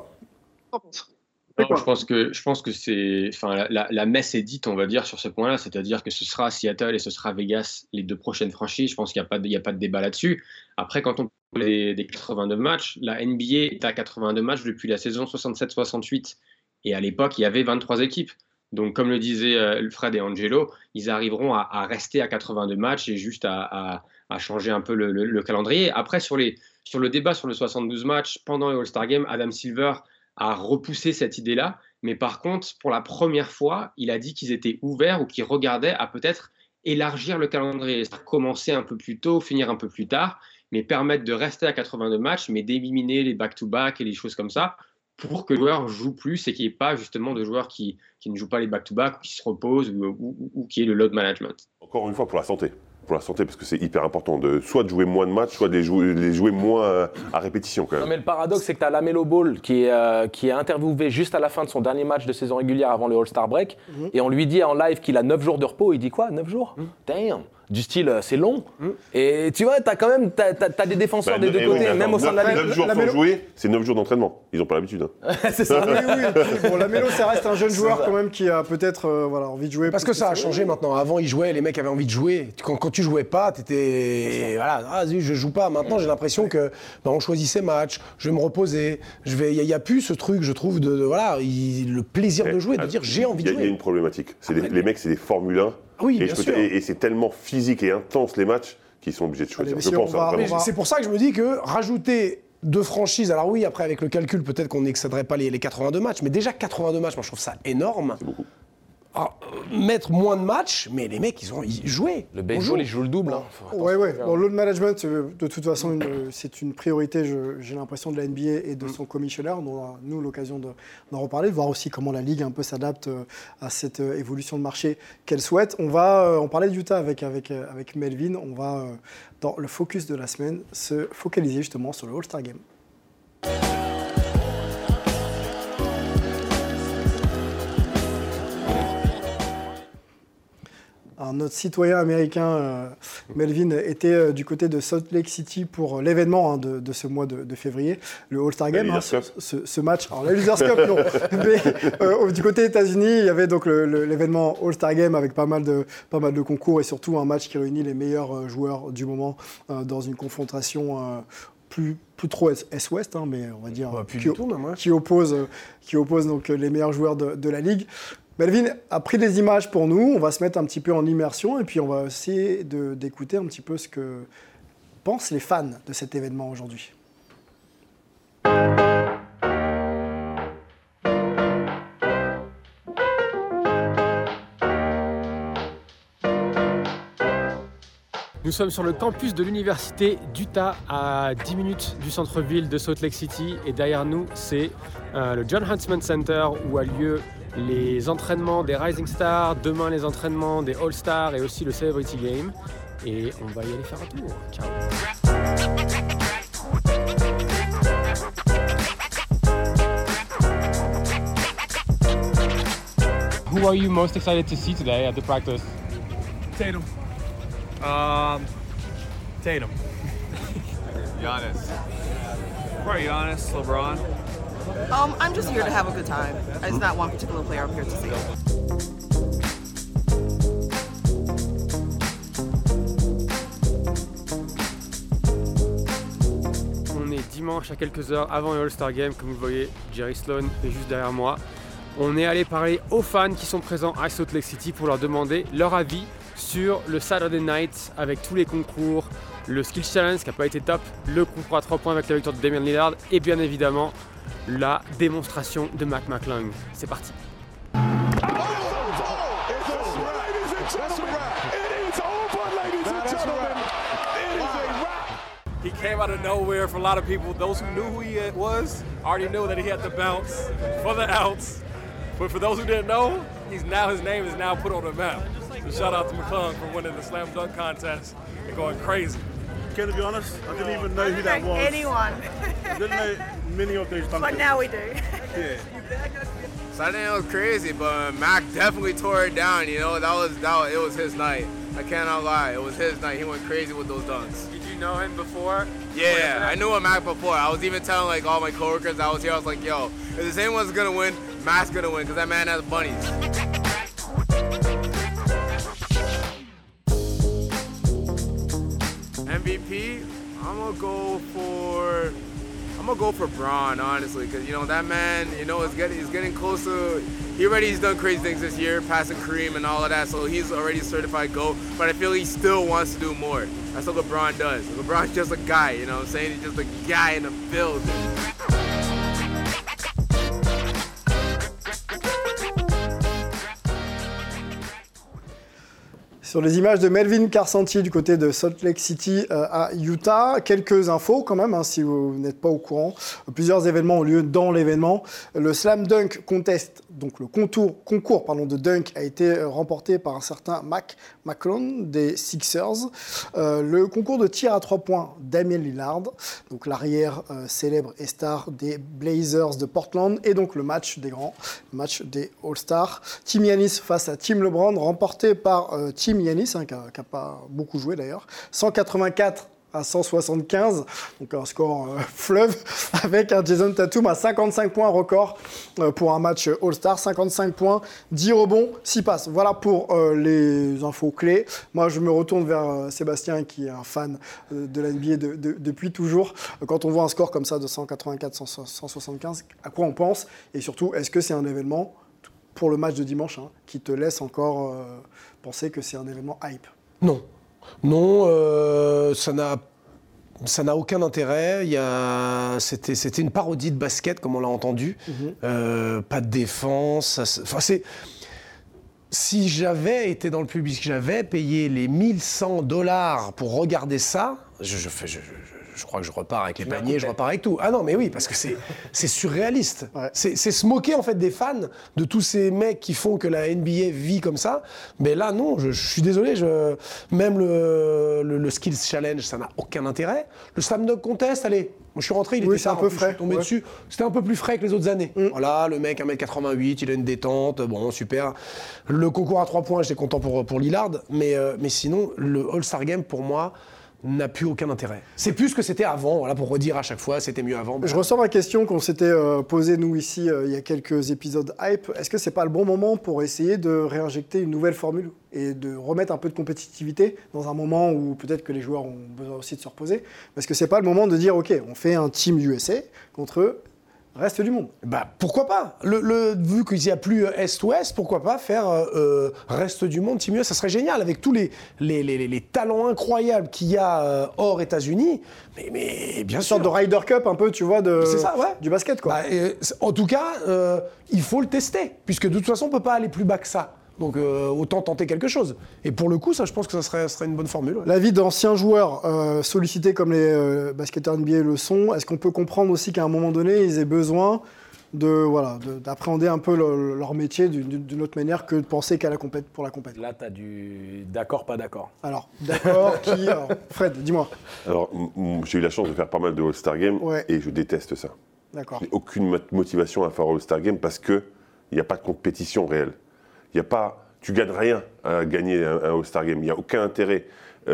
Je pense que c'est, la messe est dite, on va dire, sur ce point-là, c'est-à-dire que ce sera Seattle et ce sera Vegas, les 2 prochaines franchises. Je pense qu'il n'y a pas de débat là-dessus. Après, quand on parle des 82 matchs, la NBA est à 82 matchs depuis la saison 67-68. Et à l'époque, il y avait 23 équipes. Donc, comme le disaient Fred et Angelo, ils arriveront à rester à 82 matchs et juste à changer un peu le calendrier. Après, sur le débat sur le 72 matchs, pendant les All-Star Games, Adam Silver a repoussé cette idée-là. Mais par contre, pour la première fois, il a dit qu'ils étaient ouverts ou qu'ils regardaient à peut-être élargir le calendrier. Commencer un peu plus tôt, finir un peu plus tard, mais permettre de rester à 82 matchs, mais d'éliminer les back-to-back et les choses comme ça, pour que le joueur joue plus et qu'il n'y ait pas justement de joueurs qui ne jouent pas les back-to-back, ou qui se reposent, ou qui est le load management. Encore une fois, pour la santé. Pour la santé, parce que c'est hyper important, soit de jouer moins de matchs, soit de les jouer moins à répétition quand même. Non, mais le paradoxe, c'est que tu as LaMelo Ball qui est interviewé juste à la fin de son dernier match de saison régulière avant le All-Star Break, et on lui dit en live qu'il a 9 jours de repos, il dit quoi, 9 jours Damn. Du style, c'est long. Et tu vois, t'as quand même t'as des défenseurs des deux côtés, même au sein de la Ligue. 9 jours sans jouer, c'est 9 jours d'entraînement. Ils n'ont pas l'habitude. C'est ça. Oui. Bon, LaMelo, ça reste un jeune joueur quand même qui a peut-être envie de jouer. Parce que ça a changé maintenant. Avant, ils jouaient, les mecs avaient envie de jouer. Quand tu jouais pas, t'étais... Voilà, je joue pas. Maintenant, j'ai l'impression que on choisit ses matchs, je vais me reposer. Il n'y a plus ce truc, je trouve, le plaisir de jouer, de dire j'ai envie de jouer. Il y a une problématique. Les mecs, c'est des Formule 1. Oui, bien sûr. Et c'est tellement physique et intense les matchs qu'ils sont obligés de choisir. Je pense. C'est pour ça que je me dis que rajouter 2 franchises, alors oui, après avec le calcul, peut-être qu'on n'excéderait pas les 82 matchs, mais déjà 82 matchs, moi je trouve ça énorme. C'est beaucoup. Alors, mettre moins de matchs, mais les mecs, ils jouaient. Le baseball, ils jouent le double. Ouais. Bon, load management, de toute façon, c'est une priorité, j'ai l'impression, de la NBA et de son commissionneur. On aura, nous, l'occasion d'en reparler, de voir aussi comment la Ligue un peu s'adapte à cette évolution de marché qu'elle souhaite. On parlait de Utah avec Melvin. On va, dans le focus de la semaine, se focaliser justement sur le All-Star Game. Alors, notre citoyen américain, Melvin, était du côté de Salt Lake City pour l'événement de ce mois de février, le All-Star Game. Ce match, alors la Leaders Cup, non, mais du côté États-Unis, il y avait donc l'événement All-Star Game avec pas mal de concours et surtout un match qui réunit les meilleurs joueurs du moment dans une confrontation plus trop Est-Ouest, hein, mais on va dire qui oppose donc les meilleurs joueurs de la ligue. Melvin a pris des images pour nous, on va se mettre un petit peu en immersion et puis on va essayer d'écouter un petit peu ce que pensent les fans de cet événement aujourd'hui. Nous sommes sur le campus de l'université d'Utah, à 10 minutes du centre-ville de Salt Lake City. Et derrière nous, c'est le John Huntsman Center où a lieu les entraînements des Rising Stars, demain les entraînements des All-Stars et aussi le Celebrity Game. Et on va y aller faire un tour. Ciao. Who are you most excited to see today at the practice? Tatum. Tatum. Giannis. Probably Giannis, LeBron. I'm just here to have a good time. There's not one particular player I'm here to see. On est dimanche à quelques heures avant le All-Star Game, comme vous le voyez, Jerry Sloan est juste derrière moi. On est allé parler aux fans qui sont présents à Salt Lake City pour leur demander leur avis sur le Saturday Night avec tous les concours, le Skills Challenge qui n'a pas été top, le concours à 3 points avec la victoire de Damian Lillard et bien évidemment la démonstration de Mac McClung. C'est parti. He came out of nowhere for a lot of people. Those who knew who he was already knew that he had the bounce for the outs. But for those who didn't know, his name is now put on the map. So shout out to McClung for winning the slam dunk contest and going crazy. Okay, to be honest, I didn't even know who that was. Anyone. I didn't know many of those dunkers. But now we do. Yeah. Saturday was crazy, but Mac definitely tore it down. You know, it was his night. I cannot lie, it was his night. He went crazy with those dunks. Did you know him before? Yeah, I knew him Mac before. I was even telling like all my coworkers that was here. I was like, yo, if the same one's gonna win, Mac's gonna win, because that man has bunnies. MVP, I'm gonna go for Bron, honestly, because you know that man, you know, he's getting close to. He's done crazy things this year, passing Kareem and all of that, so he's already certified GOAT. But I feel he still wants to do more. That's what LeBron does. LeBron's just a guy, you know what I'm saying? He's just a guy in the building. Sur les images de Melvin Carsanti du côté de Salt Lake City à Utah, quelques infos quand même, hein, si vous n'êtes pas au courant. Plusieurs événements ont lieu dans l'événement. Le Slam Dunk Contest, donc le concours de dunk, a été remporté par un certain Mac McClung des Sixers. Le concours de tir à 3 points, Damian Lillard, donc l'arrière célèbre et star des Blazers de Portland, et donc le match des grands, le match des All-Stars. Team Giannis face à Team LeBron, remporté par Team Giannis, hein, qui n'a pas beaucoup joué d'ailleurs, 184 à 175, donc un score fleuve, avec un Jason Tatum à 55 points record pour un match All-Star, 55 points, 10 rebonds, 6 passes. Voilà pour les infos clés. Moi, je me retourne vers Sébastien, qui est un fan de la NBA depuis toujours. Quand on voit un score comme ça de 184, 175, à quoi on pense? Et surtout, est-ce que c'est un événement, pour le match de dimanche, hein, qui te laisse encore penser que c'est un événement hype? Non, ça n'a aucun intérêt. C'était une parodie de basket, comme on l'a entendu. Pas de défense. Si j'avais été dans le public, j'avais payé les $1100 pour regarder ça, je crois que je repars avec les paniers, je repars avec tout. Ah non, mais oui, parce que c'est surréaliste. Ouais. C'est se moquer en fait des fans, de tous ces mecs qui font que la NBA vit comme ça. Mais là, non, je suis désolé. Même le Skills Challenge, ça n'a aucun intérêt. Le Slam Dunk Contest, allez, je suis rentré, il était un peu frais. Je suis tombé dessus. C'était un peu plus frais que les autres années. Voilà, le mec 1m88, il a une détente, bon, super. Le concours à 3 points, j'étais content pour Lillard. Mais sinon, le All-Star Game, pour moi, n'a plus aucun intérêt. C'est plus ce que c'était avant, voilà, pour redire à chaque fois, c'était mieux avant. Je ressens ma question qu'on s'était posée, nous, ici, il y a quelques épisodes hype. Est-ce que c'est pas le bon moment pour essayer de réinjecter une nouvelle formule et de remettre un peu de compétitivité dans un moment où peut-être que les joueurs ont besoin aussi de se reposer? Parce que c'est pas le moment de dire, OK, on fait un team USA contre reste du monde. Bah, pourquoi pas vu qu'il n'y a plus Est-Ouest, pourquoi pas faire reste du monde, Team US, ça serait génial, avec tous les talents incroyables qu'il y a hors États-Unis. Mais bien sûr. Une sorte de Ryder Cup un peu, tu vois, c'est ça, ouais. du basket, quoi. En tout cas, il faut le tester, puisque de toute façon, on ne peut pas aller plus bas que ça. Donc autant tenter quelque chose. Et pour le coup, ça, je pense que ça serait une bonne formule. Ouais. L'avis d'anciens joueurs sollicités comme les basketteurs NBA le sont, est-ce qu'on peut comprendre aussi qu'à un moment donné, ils aient besoin d'appréhender un peu leur métier d'une autre manière que de penser qu'à pour la compète? Là, tu as du d'accord, pas d'accord. Alors, d'accord, qui alors, Fred, dis-moi. Alors, j'ai eu la chance de faire pas mal de All-Star Games et je déteste ça. D'accord. Je n'ai aucune motivation à faire All-Star Game parce qu'il n'y a pas de compétition réelle. Tu gagnes rien à gagner un All-Star Game, il n'y a aucun intérêt.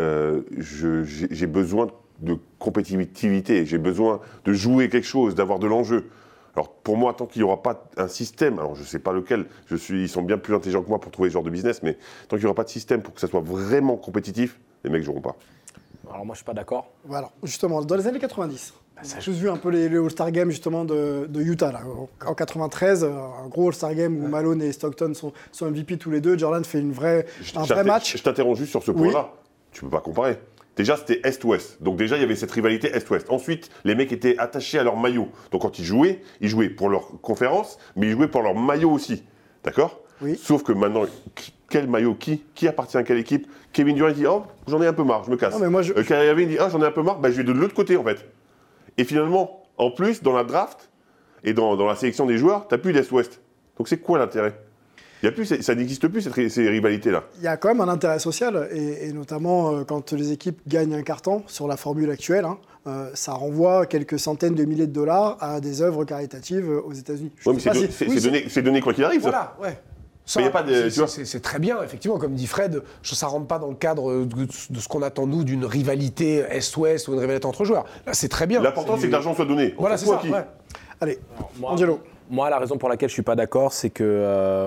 J'ai besoin de compétitivité, j'ai besoin de jouer quelque chose, d'avoir de l'enjeu. Alors pour moi, tant qu'il n'y aura pas un système, alors je ne sais pas lequel, ils sont bien plus intelligents que moi pour trouver ce genre de business, mais tant qu'il n'y aura pas de système pour que ça soit vraiment compétitif, les mecs ne joueront pas. Alors moi je ne suis pas d'accord. Voilà, justement, dans les années 90, j'ai juste vu un peu les All-Star Games justement de Utah. Là. En 93, un gros All-Star Game où Malone et Stockton sont MVP tous les deux. Jordan fait un vrai match. Je t'interromps juste sur ce point-là. Tu ne peux pas comparer. Déjà, c'était Est-Ouest. Donc déjà, il y avait cette rivalité Est-Ouest. Ensuite, les mecs étaient attachés à leur maillot. Donc quand ils jouaient pour leur conférence, mais ils jouaient pour leur maillot aussi. D'accord ? Oui. Sauf que maintenant, quel maillot, qui appartient à quelle équipe? Kevin Durant dit « Oh, j'en ai un peu marre, je me casse ». Kyrie Irving dit « Ah, j'en ai un peu marre, je vais de l'autre côté en fait ». Et finalement, en plus, dans la draft et dans la sélection des joueurs, tu n'as plus d'Est-Ouest. Donc c'est quoi l'intérêt? Ça n'existe plus, ces rivalités-là. Il y a quand même un intérêt social, et notamment quand les équipes gagnent un carton sur la formule actuelle, ça renvoie quelques centaines de milliers de dollars à des œuvres caritatives aux États-Unis. Oui, mais c'est donné quoi qu'il arrive. Voilà, ouais. C'est très bien, effectivement, comme dit Fred, ça ne rentre pas dans le cadre de ce qu'on attend, nous, d'une rivalité Est-Ouest ou une rivalité entre joueurs. Là, c'est très bien. L'important, c'est que l'argent soit donné. Voilà, c'est ça. Ouais. Allez, Angelo. Moi, la raison pour laquelle je ne suis pas d'accord, c'est que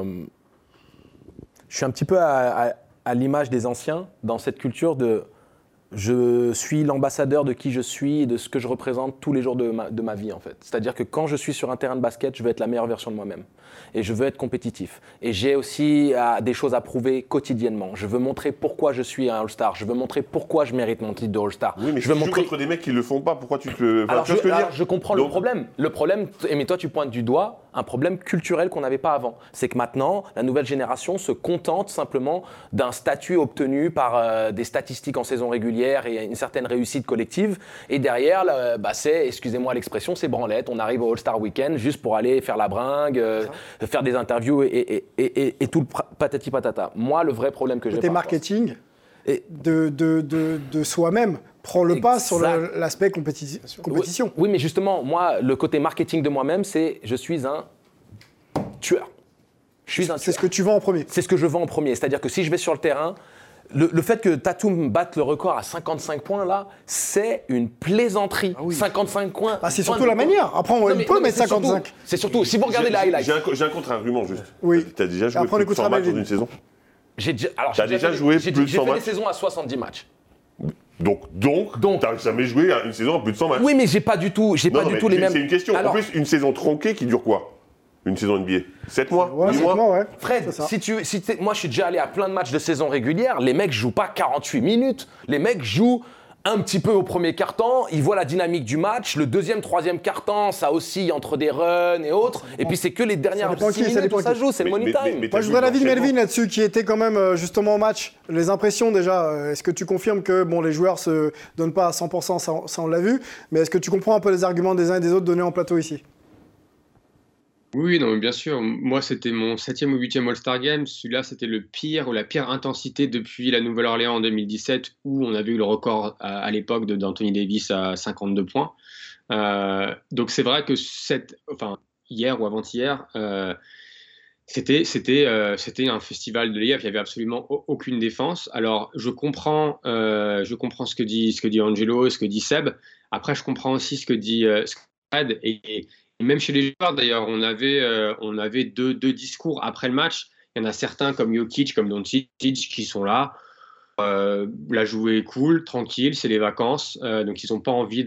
je suis un petit peu à l'image des anciens dans cette culture de je suis l'ambassadeur de qui je suis et de ce que je représente tous les jours de ma vie, en fait. C'est-à-dire que quand je suis sur un terrain de basket, je veux être la meilleure version de moi-même. Et je veux être compétitif. Et j'ai aussi des choses à prouver quotidiennement. Je veux montrer pourquoi je suis un All-Star. Je veux montrer pourquoi je mérite mon titre de All-Star. Oui, mais je veux montrer contre des mecs qui ne le font pas. Pourquoi tu te... Alors, je comprends le problème. Le problème, mais toi, tu pointes du doigt un problème culturel qu'on n'avait pas avant. C'est que maintenant, la nouvelle génération se contente simplement d'un statut obtenu par des statistiques en saison régulière et une certaine réussite collective. Et derrière, c'est, excusez-moi l'expression, c'est branlette. On arrive au All-Star Weekend juste pour aller faire la bringue, faire des interviews et tout le patati patata. Moi, le vrai problème que j'ai... Côté marketing de soi-même prend le pas sur l'aspect compétition. Oui, mais justement, moi, le côté marketing de moi-même, c'est je suis un tueur. C'est ce que tu vends en premier. C'est ce que je vends en premier. C'est-à-dire que si je vais sur le terrain, le fait que Tatum batte le record à 55 points, là, c'est une plaisanterie. Ah oui. 55 points. C'est surtout la manière. Après, on peut mettre 55. C'est surtout, si vous regardez les highlights. J'ai un contre-argument juste. Oui. Tu as déjà joué plus de 100 matchs dans une saison? J'ai déjà fait des saisons à 70 matchs. Donc t'as jamais joué à une saison à plus de 100 matchs. Oui, mais j'ai pas du tout les mêmes... C'est une question. Alors, en plus, une saison tronquée qui dure quoi? Une saison NBA 7 mois? 8 mois, ouais. Fred, moi je suis déjà allé à plein de matchs de saison régulière, les mecs jouent pas 48 minutes, les mecs jouent un petit peu au premier quart-temps, ils voient la dynamique du match, le deuxième, troisième quart-temps, ça oscille entre des runs et autres, et puis c'est que les dernières 6 minutes où ça joue, c'est money time. Moi je voudrais l'avis de Melvin là-dessus, qui était quand même justement au match. Les impressions déjà, est-ce que tu confirmes que les joueurs se donnent pas à 100%, ça on l'a vu, mais est-ce que tu comprends un peu les arguments des uns et des autres donnés en plateau ici? Oui, non, mais bien sûr. Moi, c'était mon 7e ou 8e All-Star Game. Celui-là, c'était le pire ou la pire intensité depuis la Nouvelle-Orléans en 2017, où on avait eu le record à l'époque d'Anthony Davis à 52 points. Donc, c'est vrai que hier ou avant-hier, C'était un festival de layup, il n'y avait absolument aucune défense. Alors, je comprends ce que dit Angelo, ce que dit Seb. Après, je comprends aussi ce que dit Fred. Et même chez les joueurs, d'ailleurs, on avait deux discours après le match. Il y en a certains comme Jokic, comme Doncic, qui sont là. La jouer est cool, tranquille, c'est les vacances. Donc, ils n'ont pas envie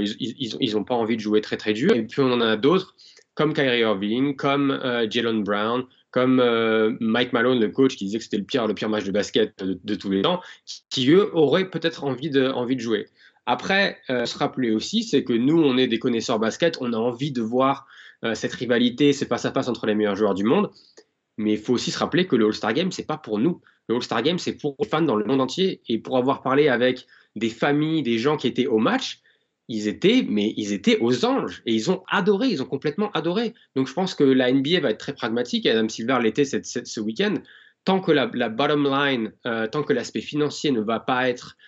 de jouer très, très dur. Et puis, on en a d'autres, comme Kyrie Irving, comme Jaylen Brown, comme Mike Malone, le coach, qui disait que c'était le pire match de basket de tous les temps, qui eux auraient peut-être envie de jouer. Après, se rappeler aussi, c'est que nous, on est des connaisseurs basket, on a envie de voir cette rivalité, ce face-à-face entre les meilleurs joueurs du monde, mais il faut aussi se rappeler que le All-Star Game, c'est pas pour nous. Le All-Star Game, c'est pour les fans dans le monde entier, et pour avoir parlé avec des familles, des gens qui étaient au match, ils étaient aux anges et ils ont adoré, ils ont complètement adoré. Donc je pense que la NBA va être très pragmatique, et Adam Silver l'était ce week-end. Tant que la bottom line, tant que l'aspect financier ne va pas être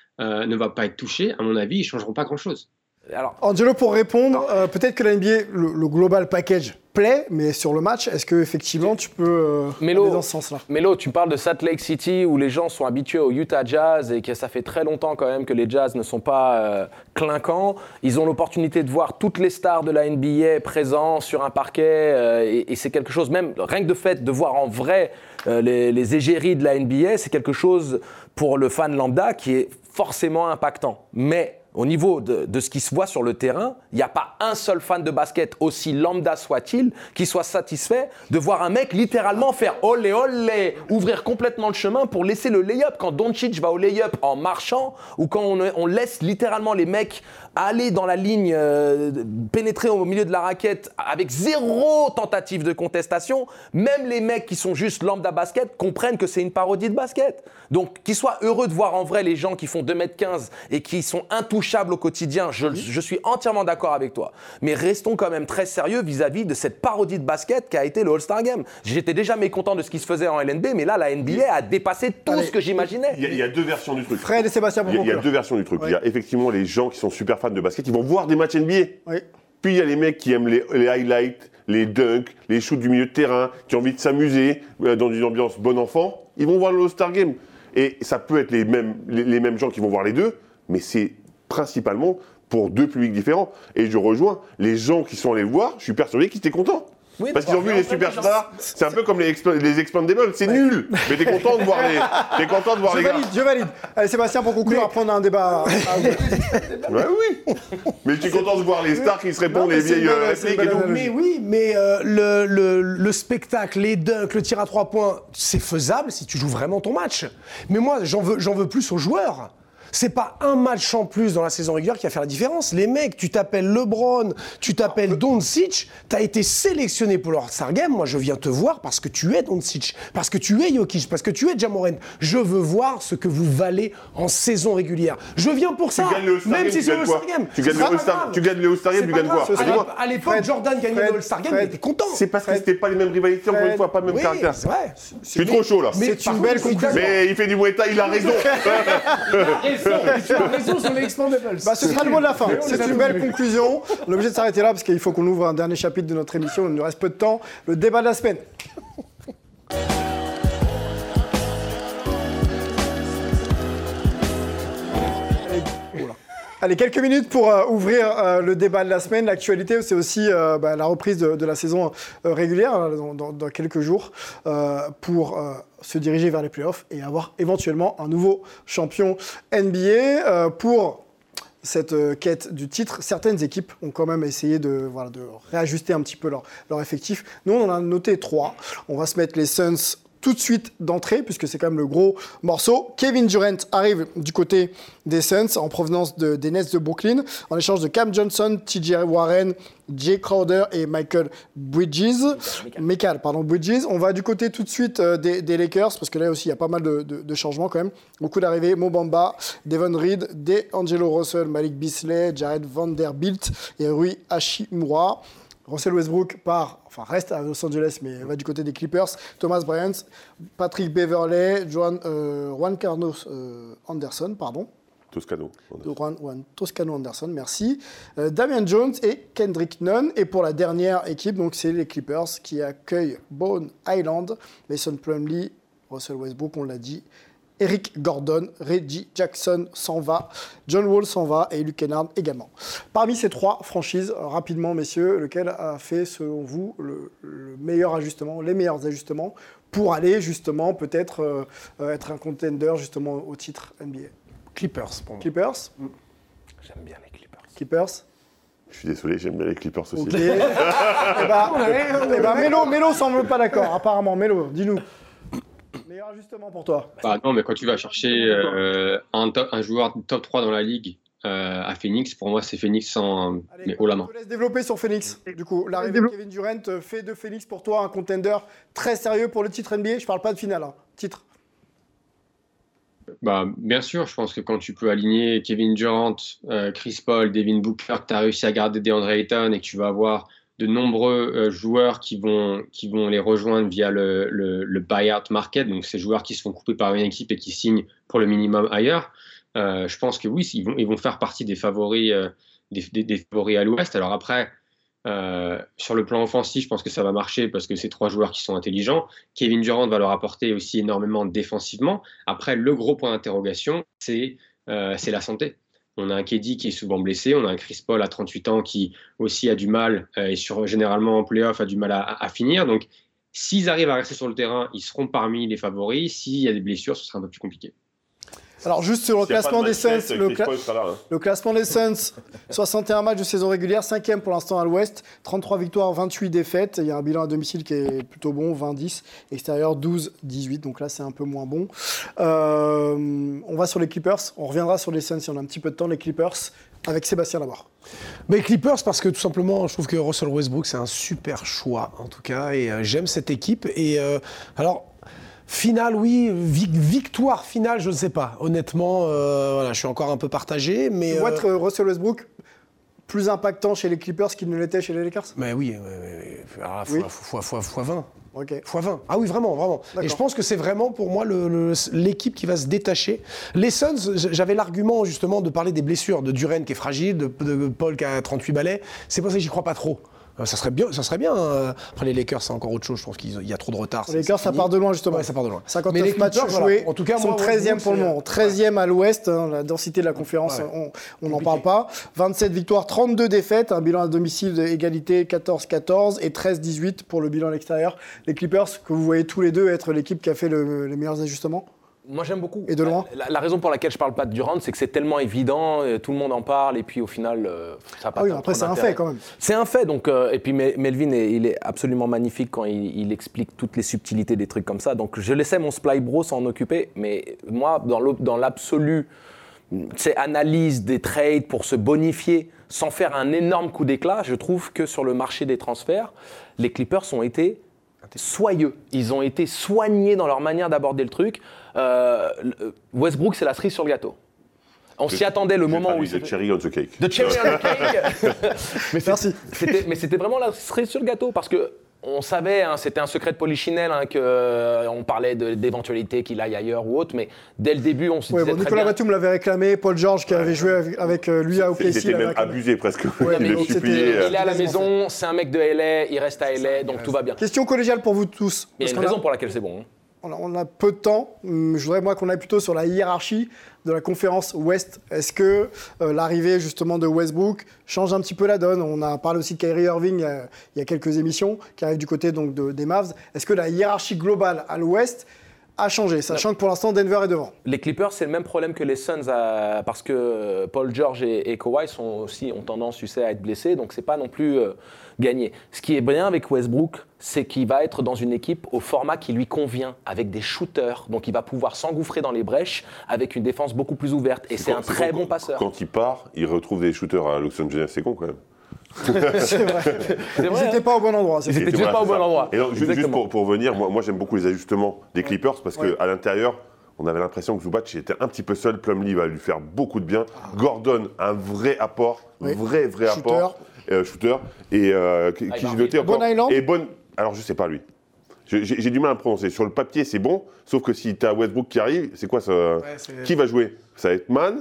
touché, à mon avis, ils ne changeront pas grand-chose. Alors, Angelo, pour répondre, peut-être que la NBA, le global package plaît, mais sur le match, est-ce qu'effectivement tu peux aller dans ce sens-là? Mélo, tu parles de Salt Lake City où les gens sont habitués au Utah Jazz et que ça fait très longtemps quand même que les Jazz ne sont pas clinquants. Ils ont l'opportunité de voir toutes les stars de la NBA présents sur un parquet et c'est quelque chose, même rien que de fait de voir en vrai les égéries de la NBA, c'est quelque chose pour le fan lambda qui est forcément impactant. Mais au niveau de ce qui se voit sur le terrain, il n'y a pas un seul fan de basket, aussi lambda soit-il, qui soit satisfait de voir un mec littéralement faire olé olé, ouvrir complètement le chemin pour laisser le lay-up. Quand Doncic va au lay-up en marchant, ou quand on laisse littéralement les mecs aller dans la ligne, pénétrer au milieu de la raquette avec zéro tentative de contestation, même les mecs qui sont juste lambda basket comprennent que c'est une parodie de basket. Donc qu'ils soient heureux de voir en vrai les gens qui font 2m15 et qui sont intouchables au quotidien, je suis entièrement d'accord avec toi. Mais restons quand même très sérieux vis-à-vis de cette parodie de basket qu'a été le All-Star Game. J'étais déjà mécontent de ce qui se faisait en LNB, mais là la NBA a dépassé tout ce que j'imaginais. Il y a deux versions du truc. Fred et Sébastien, il y a deux versions du truc. Il y a effectivement les gens qui sont super fans de basket, ils vont voir des matchs NBA. Oui. Puis il y a les mecs qui aiment les highlights, les dunks, les shoots du milieu de terrain, qui ont envie de s'amuser dans une ambiance bon enfant. Ils vont voir le All-Star Game. Et ça peut être les mêmes gens qui vont voir les deux, mais c'est principalement pour deux publics différents. Et je rejoins les gens qui sont allés le voir, je suis persuadé qu'ils étaient contents. Oui, parce qu'ils ont vu les superstars, c'est un peu comme les Expandables, c'est nul. Mais t'es content de voir les gars. Je valide. Allez Sébastien, pour conclure, après on a un débat. Ouais, oui. Mais je suis content de voir les stars qui se répondent les vieilles répliques et tout. Mais oui, mais le spectacle, les dunks, le tir à 3 points, c'est faisable si tu joues vraiment ton match. Mais moi, j'en veux plus aux joueurs. C'est pas un match en plus dans la saison régulière qui va faire la différence. Les mecs, tu t'appelles LeBron, tu t'appelles Doncic, t'as été sélectionné pour le All-Star Game. Moi, je viens te voir parce que tu es Doncic, parce que tu es Jokic, parce que tu es Ja Morant. Je veux voir ce que vous valez en saison régulière. Je viens pour ça, même si c'est le All-Star Game. Tu gagnes le All-Star Game, tu gagnes quoi? À l'époque, Jordan gagnait le All-Star Game, il était content. C'est parce que c'était pas les mêmes rivalités, encore une fois, pas le même caractère. C'est vrai. Je suis trop chaud là. C'est une belle conclusion. Mais il fait du Muay Thai, il a raison. Tu as raison sur les Expandables. Ce sera le mot de la fin. C'est une belle conclusion. On est obligé de s'arrêter là parce qu'il faut qu'on ouvre un dernier chapitre de notre émission. Il nous reste peu de temps. Le débat de la semaine. Allez, quelques minutes pour ouvrir le débat de la semaine. L'actualité, c'est aussi la reprise de la saison régulière dans quelques jours pour se diriger vers les playoffs et avoir éventuellement un nouveau champion NBA. Pour cette quête du titre, certaines équipes ont quand même essayé de réajuster un petit peu leur effectif. Nous, on en a noté 3. On va se mettre les Suns tout de suite d'entrée, puisque c'est quand même le gros morceau. Kevin Durant arrive du côté des Suns en provenance des Nets de Brooklyn, en échange de Cam Johnson, TJ Warren, Jay Crowder et Michael Bridges. On va du côté tout de suite des Lakers, parce que là aussi il y a pas mal de changements quand même. Beaucoup d'arrivées, Mo Bamba, Devon Reed, D'Angelo Russell, Malik Beasley, Jared Vanderbilt et Rui Hachimura. Russell Westbrook reste à Los Angeles, mais va du côté des Clippers. Thomas Bryant, Patrick Beverley, Juan Carlos Anderson, Juan Toscano Anderson, merci. Damian Jones et Kendrick Nunn. Et pour la dernière équipe, donc c'est les Clippers qui accueillent Bone Island, Mason Plumlee, Russell Westbrook, on l'a dit. Eric Gordon, Reggie Jackson s'en va, John Wall s'en va et Luke Kennard également. Parmi ces 3 franchises, rapidement messieurs, lequel a fait selon vous le meilleur ajustement, les meilleurs ajustements pour aller justement peut-être être un contender justement au titre NBA? Clippers pour moi. Clippers. J'aime bien les Clippers. Clippers. Je suis désolé, j'aime bien les Clippers aussi. Ok. Mélo semble pas d'accord, apparemment. Mélo, dis-nous. Meilleur ajustement pour toi? Non, mais quand tu vas chercher un joueur top 3 dans la ligue à Phoenix, pour moi, c'est Phoenix mais haut la main. Je te laisse développer sur Phoenix. Du coup, l'arrivée de Kevin Durant fait de Phoenix pour toi un contender très sérieux pour le titre NBA. Je parle pas de finale, hein. Titre. Bien sûr, je pense que quand tu peux aligner Kevin Durant, Chris Paul, Devin Booker, que tu as réussi à garder DeAndre Ayton et que tu vas avoir de nombreux joueurs qui vont les rejoindre via le buyout market, donc ces joueurs qui se font couper par une équipe et qui signent pour le minimum ailleurs, je pense que oui, ils vont faire partie des favoris, des favoris à l'Ouest. Alors après, sur le plan offensif, je pense que ça va marcher parce que c'est 3 joueurs qui sont intelligents. Kevin Durant va leur apporter aussi énormément défensivement. Après, le gros point d'interrogation, c'est la santé. On a un KD qui est souvent blessé, on a un Chris Paul à 38 ans qui aussi a du mal, et généralement en play-off a du mal à finir. Donc, s'ils arrivent à rester sur le terrain, ils seront parmi les favoris. S'il y a des blessures, ce sera un peu plus compliqué. Alors juste sur le classement des Suns, le classement des Suns, 61 matchs de saison régulière, 5e pour l'instant à l'Ouest, 33 victoires, 28 défaites. Il y a un bilan à domicile qui est plutôt bon, 20-10, extérieur 12-18, donc là c'est un peu moins bon. On va sur les Clippers, on reviendra sur les Suns si on a un petit peu de temps, les Clippers, avec Sébastien Labarre. Mais Clippers parce que tout simplement, je trouve que Russell Westbrook c'est un super choix en tout cas, et j'aime cette équipe. Et alors. Finale, oui. Victoire finale, je ne sais pas. Honnêtement, voilà, je suis encore un peu partagé. Mais, tu vois être Russell Westbrook plus impactant chez les Clippers qu'il ne l'était chez les Lakers? Mais oui, fois 20. Okay. Fois 20. Ah oui, vraiment. D'accord. Et je pense que c'est vraiment pour moi l'équipe qui va se détacher. Les Suns, j'avais l'argument justement de parler des blessures, de Durant qui est fragile, de Paul qui a 38 balais. C'est pour ça que j'y crois pas trop. Ça serait bien. Après, les Lakers, c'est encore autre chose. Je pense qu'il y a trop de retard. Les Lakers, ça part de loin, justement. Ouais, ça part de loin. 59 matchs joués. En tout cas, ils sont 13e pour le moment. 13e à l'Ouest. La densité de la conférence, on n'en parle pas. 27 victoires, 32 défaites. Un bilan à domicile d'égalité 14-14 et 13-18 pour le bilan à l'extérieur. Les Clippers, que vous voyez tous les deux être l'équipe qui a fait les meilleurs ajustements? Moi, j'aime beaucoup. Et de loin. La raison pour laquelle je parle pas de Durant, c'est que c'est tellement évident, tout le monde en parle, et puis au final, ça n'a pas après, c'est un fait quand même. C'est un fait, donc, et puis Melvin, il est absolument magnifique quand il explique toutes les subtilités des trucs comme ça. Donc, je laissais mon Sply Bro s'en occuper, mais moi, dans l'absolu, c'est analyse des trades pour se bonifier, sans faire un énorme coup d'éclat, je trouve que sur le marché des transferts, les Clippers ont été soyeux. Ils ont été soignés dans leur manière d'aborder le truc. Westbrook, c'est la cerise sur le gâteau. On s'y attendait le moment où... The cherry on the cake. The cherry on the cake. Mais c'était vraiment la cerise sur le gâteau parce que on savait, c'était un secret de Polichinelle, qu'on parlait d'éventualité qu'il aille ailleurs ou autre, mais dès le début, on se disait très Nicolas bien... Batum l'avait réclamé, Paul George qui avait joué avec lui à OKC. Il était même abusé presque. Il est à la maison, c'est un mec de LA, il reste à LA, donc tout va bien. Question collégiale pour vous tous. Il y a une raison pour laquelle c'est bon. On a peu de temps. Je voudrais qu'on aille plutôt sur la hiérarchie de la conférence Ouest. Est-ce que l'arrivée justement de Westbrook change un petit peu la donne? On a parlé aussi de Kyrie Irving il y a quelques émissions qui arrive du côté donc, des Mavs. Est-ce que la hiérarchie globale à l'Ouest a changé, sachant que pour l'instant Denver est devant? Les Clippers, c'est le même problème que les Suns parce que Paul George et Kawhi ont tendance, tu sais, à être blessés, donc c'est pas non plus gagné. Ce qui est bien avec Westbrook, c'est qu'il va être dans une équipe au format qui lui convient, avec des shooters, donc il va pouvoir s'engouffrer dans les brèches avec une défense beaucoup plus ouverte, et c'est un très bon passeur. Quand il part, il retrouve des shooters à Los Angeles, c'est con quand même. C'est vrai. Ils n'étaient pas au bon endroit. Ils n'étaient pas au bon endroit. Et donc, juste pour venir, moi j'aime beaucoup les ajustements des Clippers parce qu'à l'intérieur, on avait l'impression que Zubac était un petit peu seul. Plumlee va lui faire beaucoup de bien. Gordon, un vrai apport, vrai apport. Shooter. Et qui notait encore. Et bonne. Alors je sais pas lui. J'ai du mal à me prononcer. Sur le papier, c'est bon, sauf que si tu as Westbrook qui arrive, c'est quoi ça? Qui va jouer? Ça va être Mann,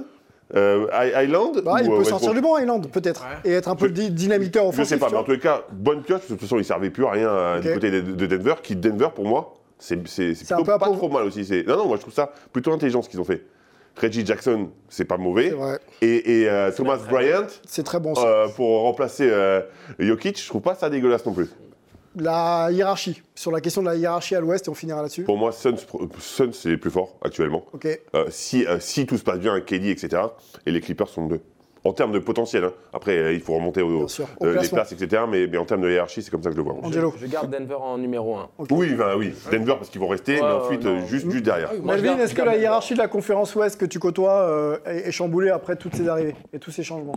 Island Il peut West sortir Brom du banc, Island, peut-être, et être un peu le dynamiteur offensif. Je sais pas, mais en tous les cas, bonne pioche, de toute façon, il ne servait plus à rien du côté de Denver, qui, Denver, pour moi, c'est plutôt pas trop mal aussi. Non, moi, je trouve ça plutôt intelligent ce qu'ils ont fait. Reggie Jackson, c'est pas mauvais. Et Thomas Bryant, c'est très bon pour remplacer Jokic, je trouve pas ça dégueulasse non plus. La hiérarchie, sur la question de la hiérarchie à l'Ouest, et on finira là-dessus. Pour moi, Suns c'est plus fort actuellement. Si tout se passe bien avec KD, etc., et les Clippers sont 2. En termes de potentiel, hein. Après il faut remonter les places, etc. Mais en termes de hiérarchie, c'est comme ça que je le vois. Angelo. Je garde Denver en numéro 1. Oui, Denver parce qu'ils vont rester, mais ensuite juste derrière. Melvin, est-ce que la hiérarchie de la conférence Ouest que tu côtoies est chamboulée après toutes ces arrivées et tous ces changements?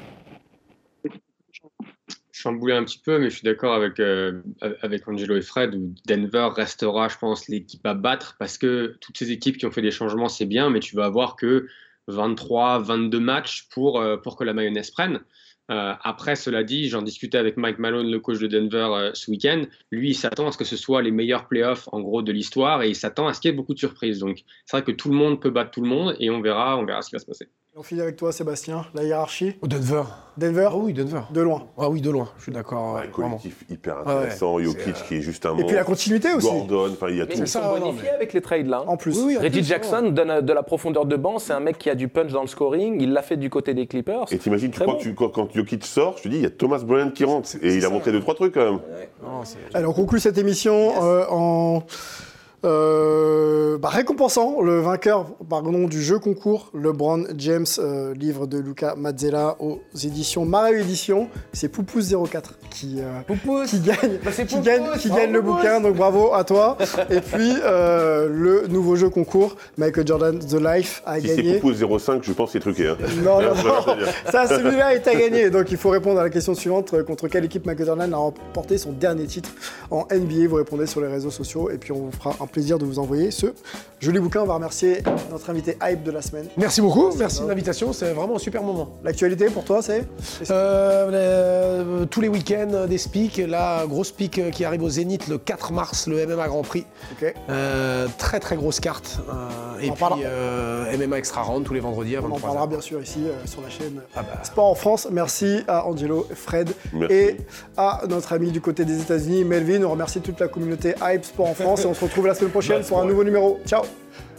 Chamboulé un petit peu, mais je suis d'accord avec Angelo et Fred, où Denver restera, je pense, l'équipe à battre, parce que toutes ces équipes qui ont fait des changements, c'est bien, mais tu vas avoir que 23, 22 matchs pour que la mayonnaise prenne. Après, cela dit, j'en discutais avec Mike Malone, le coach de Denver, ce week-end. Lui, il s'attend à ce que ce soit les meilleurs playoffs, en gros, de l'histoire, et il s'attend à ce qu'il y ait beaucoup de surprises. Donc, c'est vrai que tout le monde peut battre tout le monde, et on verra ce qui va se passer. On finit avec toi, Sébastien. La hiérarchie Denver. Denver? Oui, Denver. De loin. Oui, de loin. Je suis d'accord. Un collectif hyper intéressant. Jokic qui est juste un monstre. Et puis la continuité aussi. Gordon, il y a tout. Ils sont bonifiés avec les trades là. En plus. Reggie Jackson donne de la profondeur de banc. C'est un mec qui a du punch dans le scoring. Il l'a fait du côté des Clippers. Et t'imagines, quand Jokic sort, je te dis, il y a Thomas Bryant qui rentre. Et il a montré 2-3 trucs quand même. Alors, on conclut cette émission en récompensant le vainqueur du jeu concours LeBron James, livre de Luca Mazzella aux éditions Marais Éditions. C'est Poupouz04 qui gagne le bouquin, donc bravo à toi. Et puis le nouveau jeu concours Michael Jordan The Life a gagné. C'est Poupouz05, je pense que c'est truqué. Hein. Non, ça, celui-là est à gagner. Donc il faut répondre à la question suivante, contre quelle équipe Michael Jordan a remporté son dernier titre en NBA. Vous répondez sur les réseaux sociaux et puis on vous fera un plaisir de vous envoyer ce joli bouquin. On va remercier notre invité hype de la semaine. Merci beaucoup, merci de l'invitation, c'est vraiment un super moment. L'actualité pour toi, c'est tous les week-ends des speaks. Là, gros speak qui arrive au Zénith le 4 mars, le MMA Grand Prix. Très très grosse carte. Et puis MMA Extra Round tous les vendredis à 23h. On en parlera bien sûr ici sur la chaîne Sport en France. Merci à Angelo, Fred et à notre ami du côté des États-Unis, Melvin. On remercie toute la communauté hype Sport en France et on se retrouve la semaine prochaine pour un nouveau numéro. Ciao.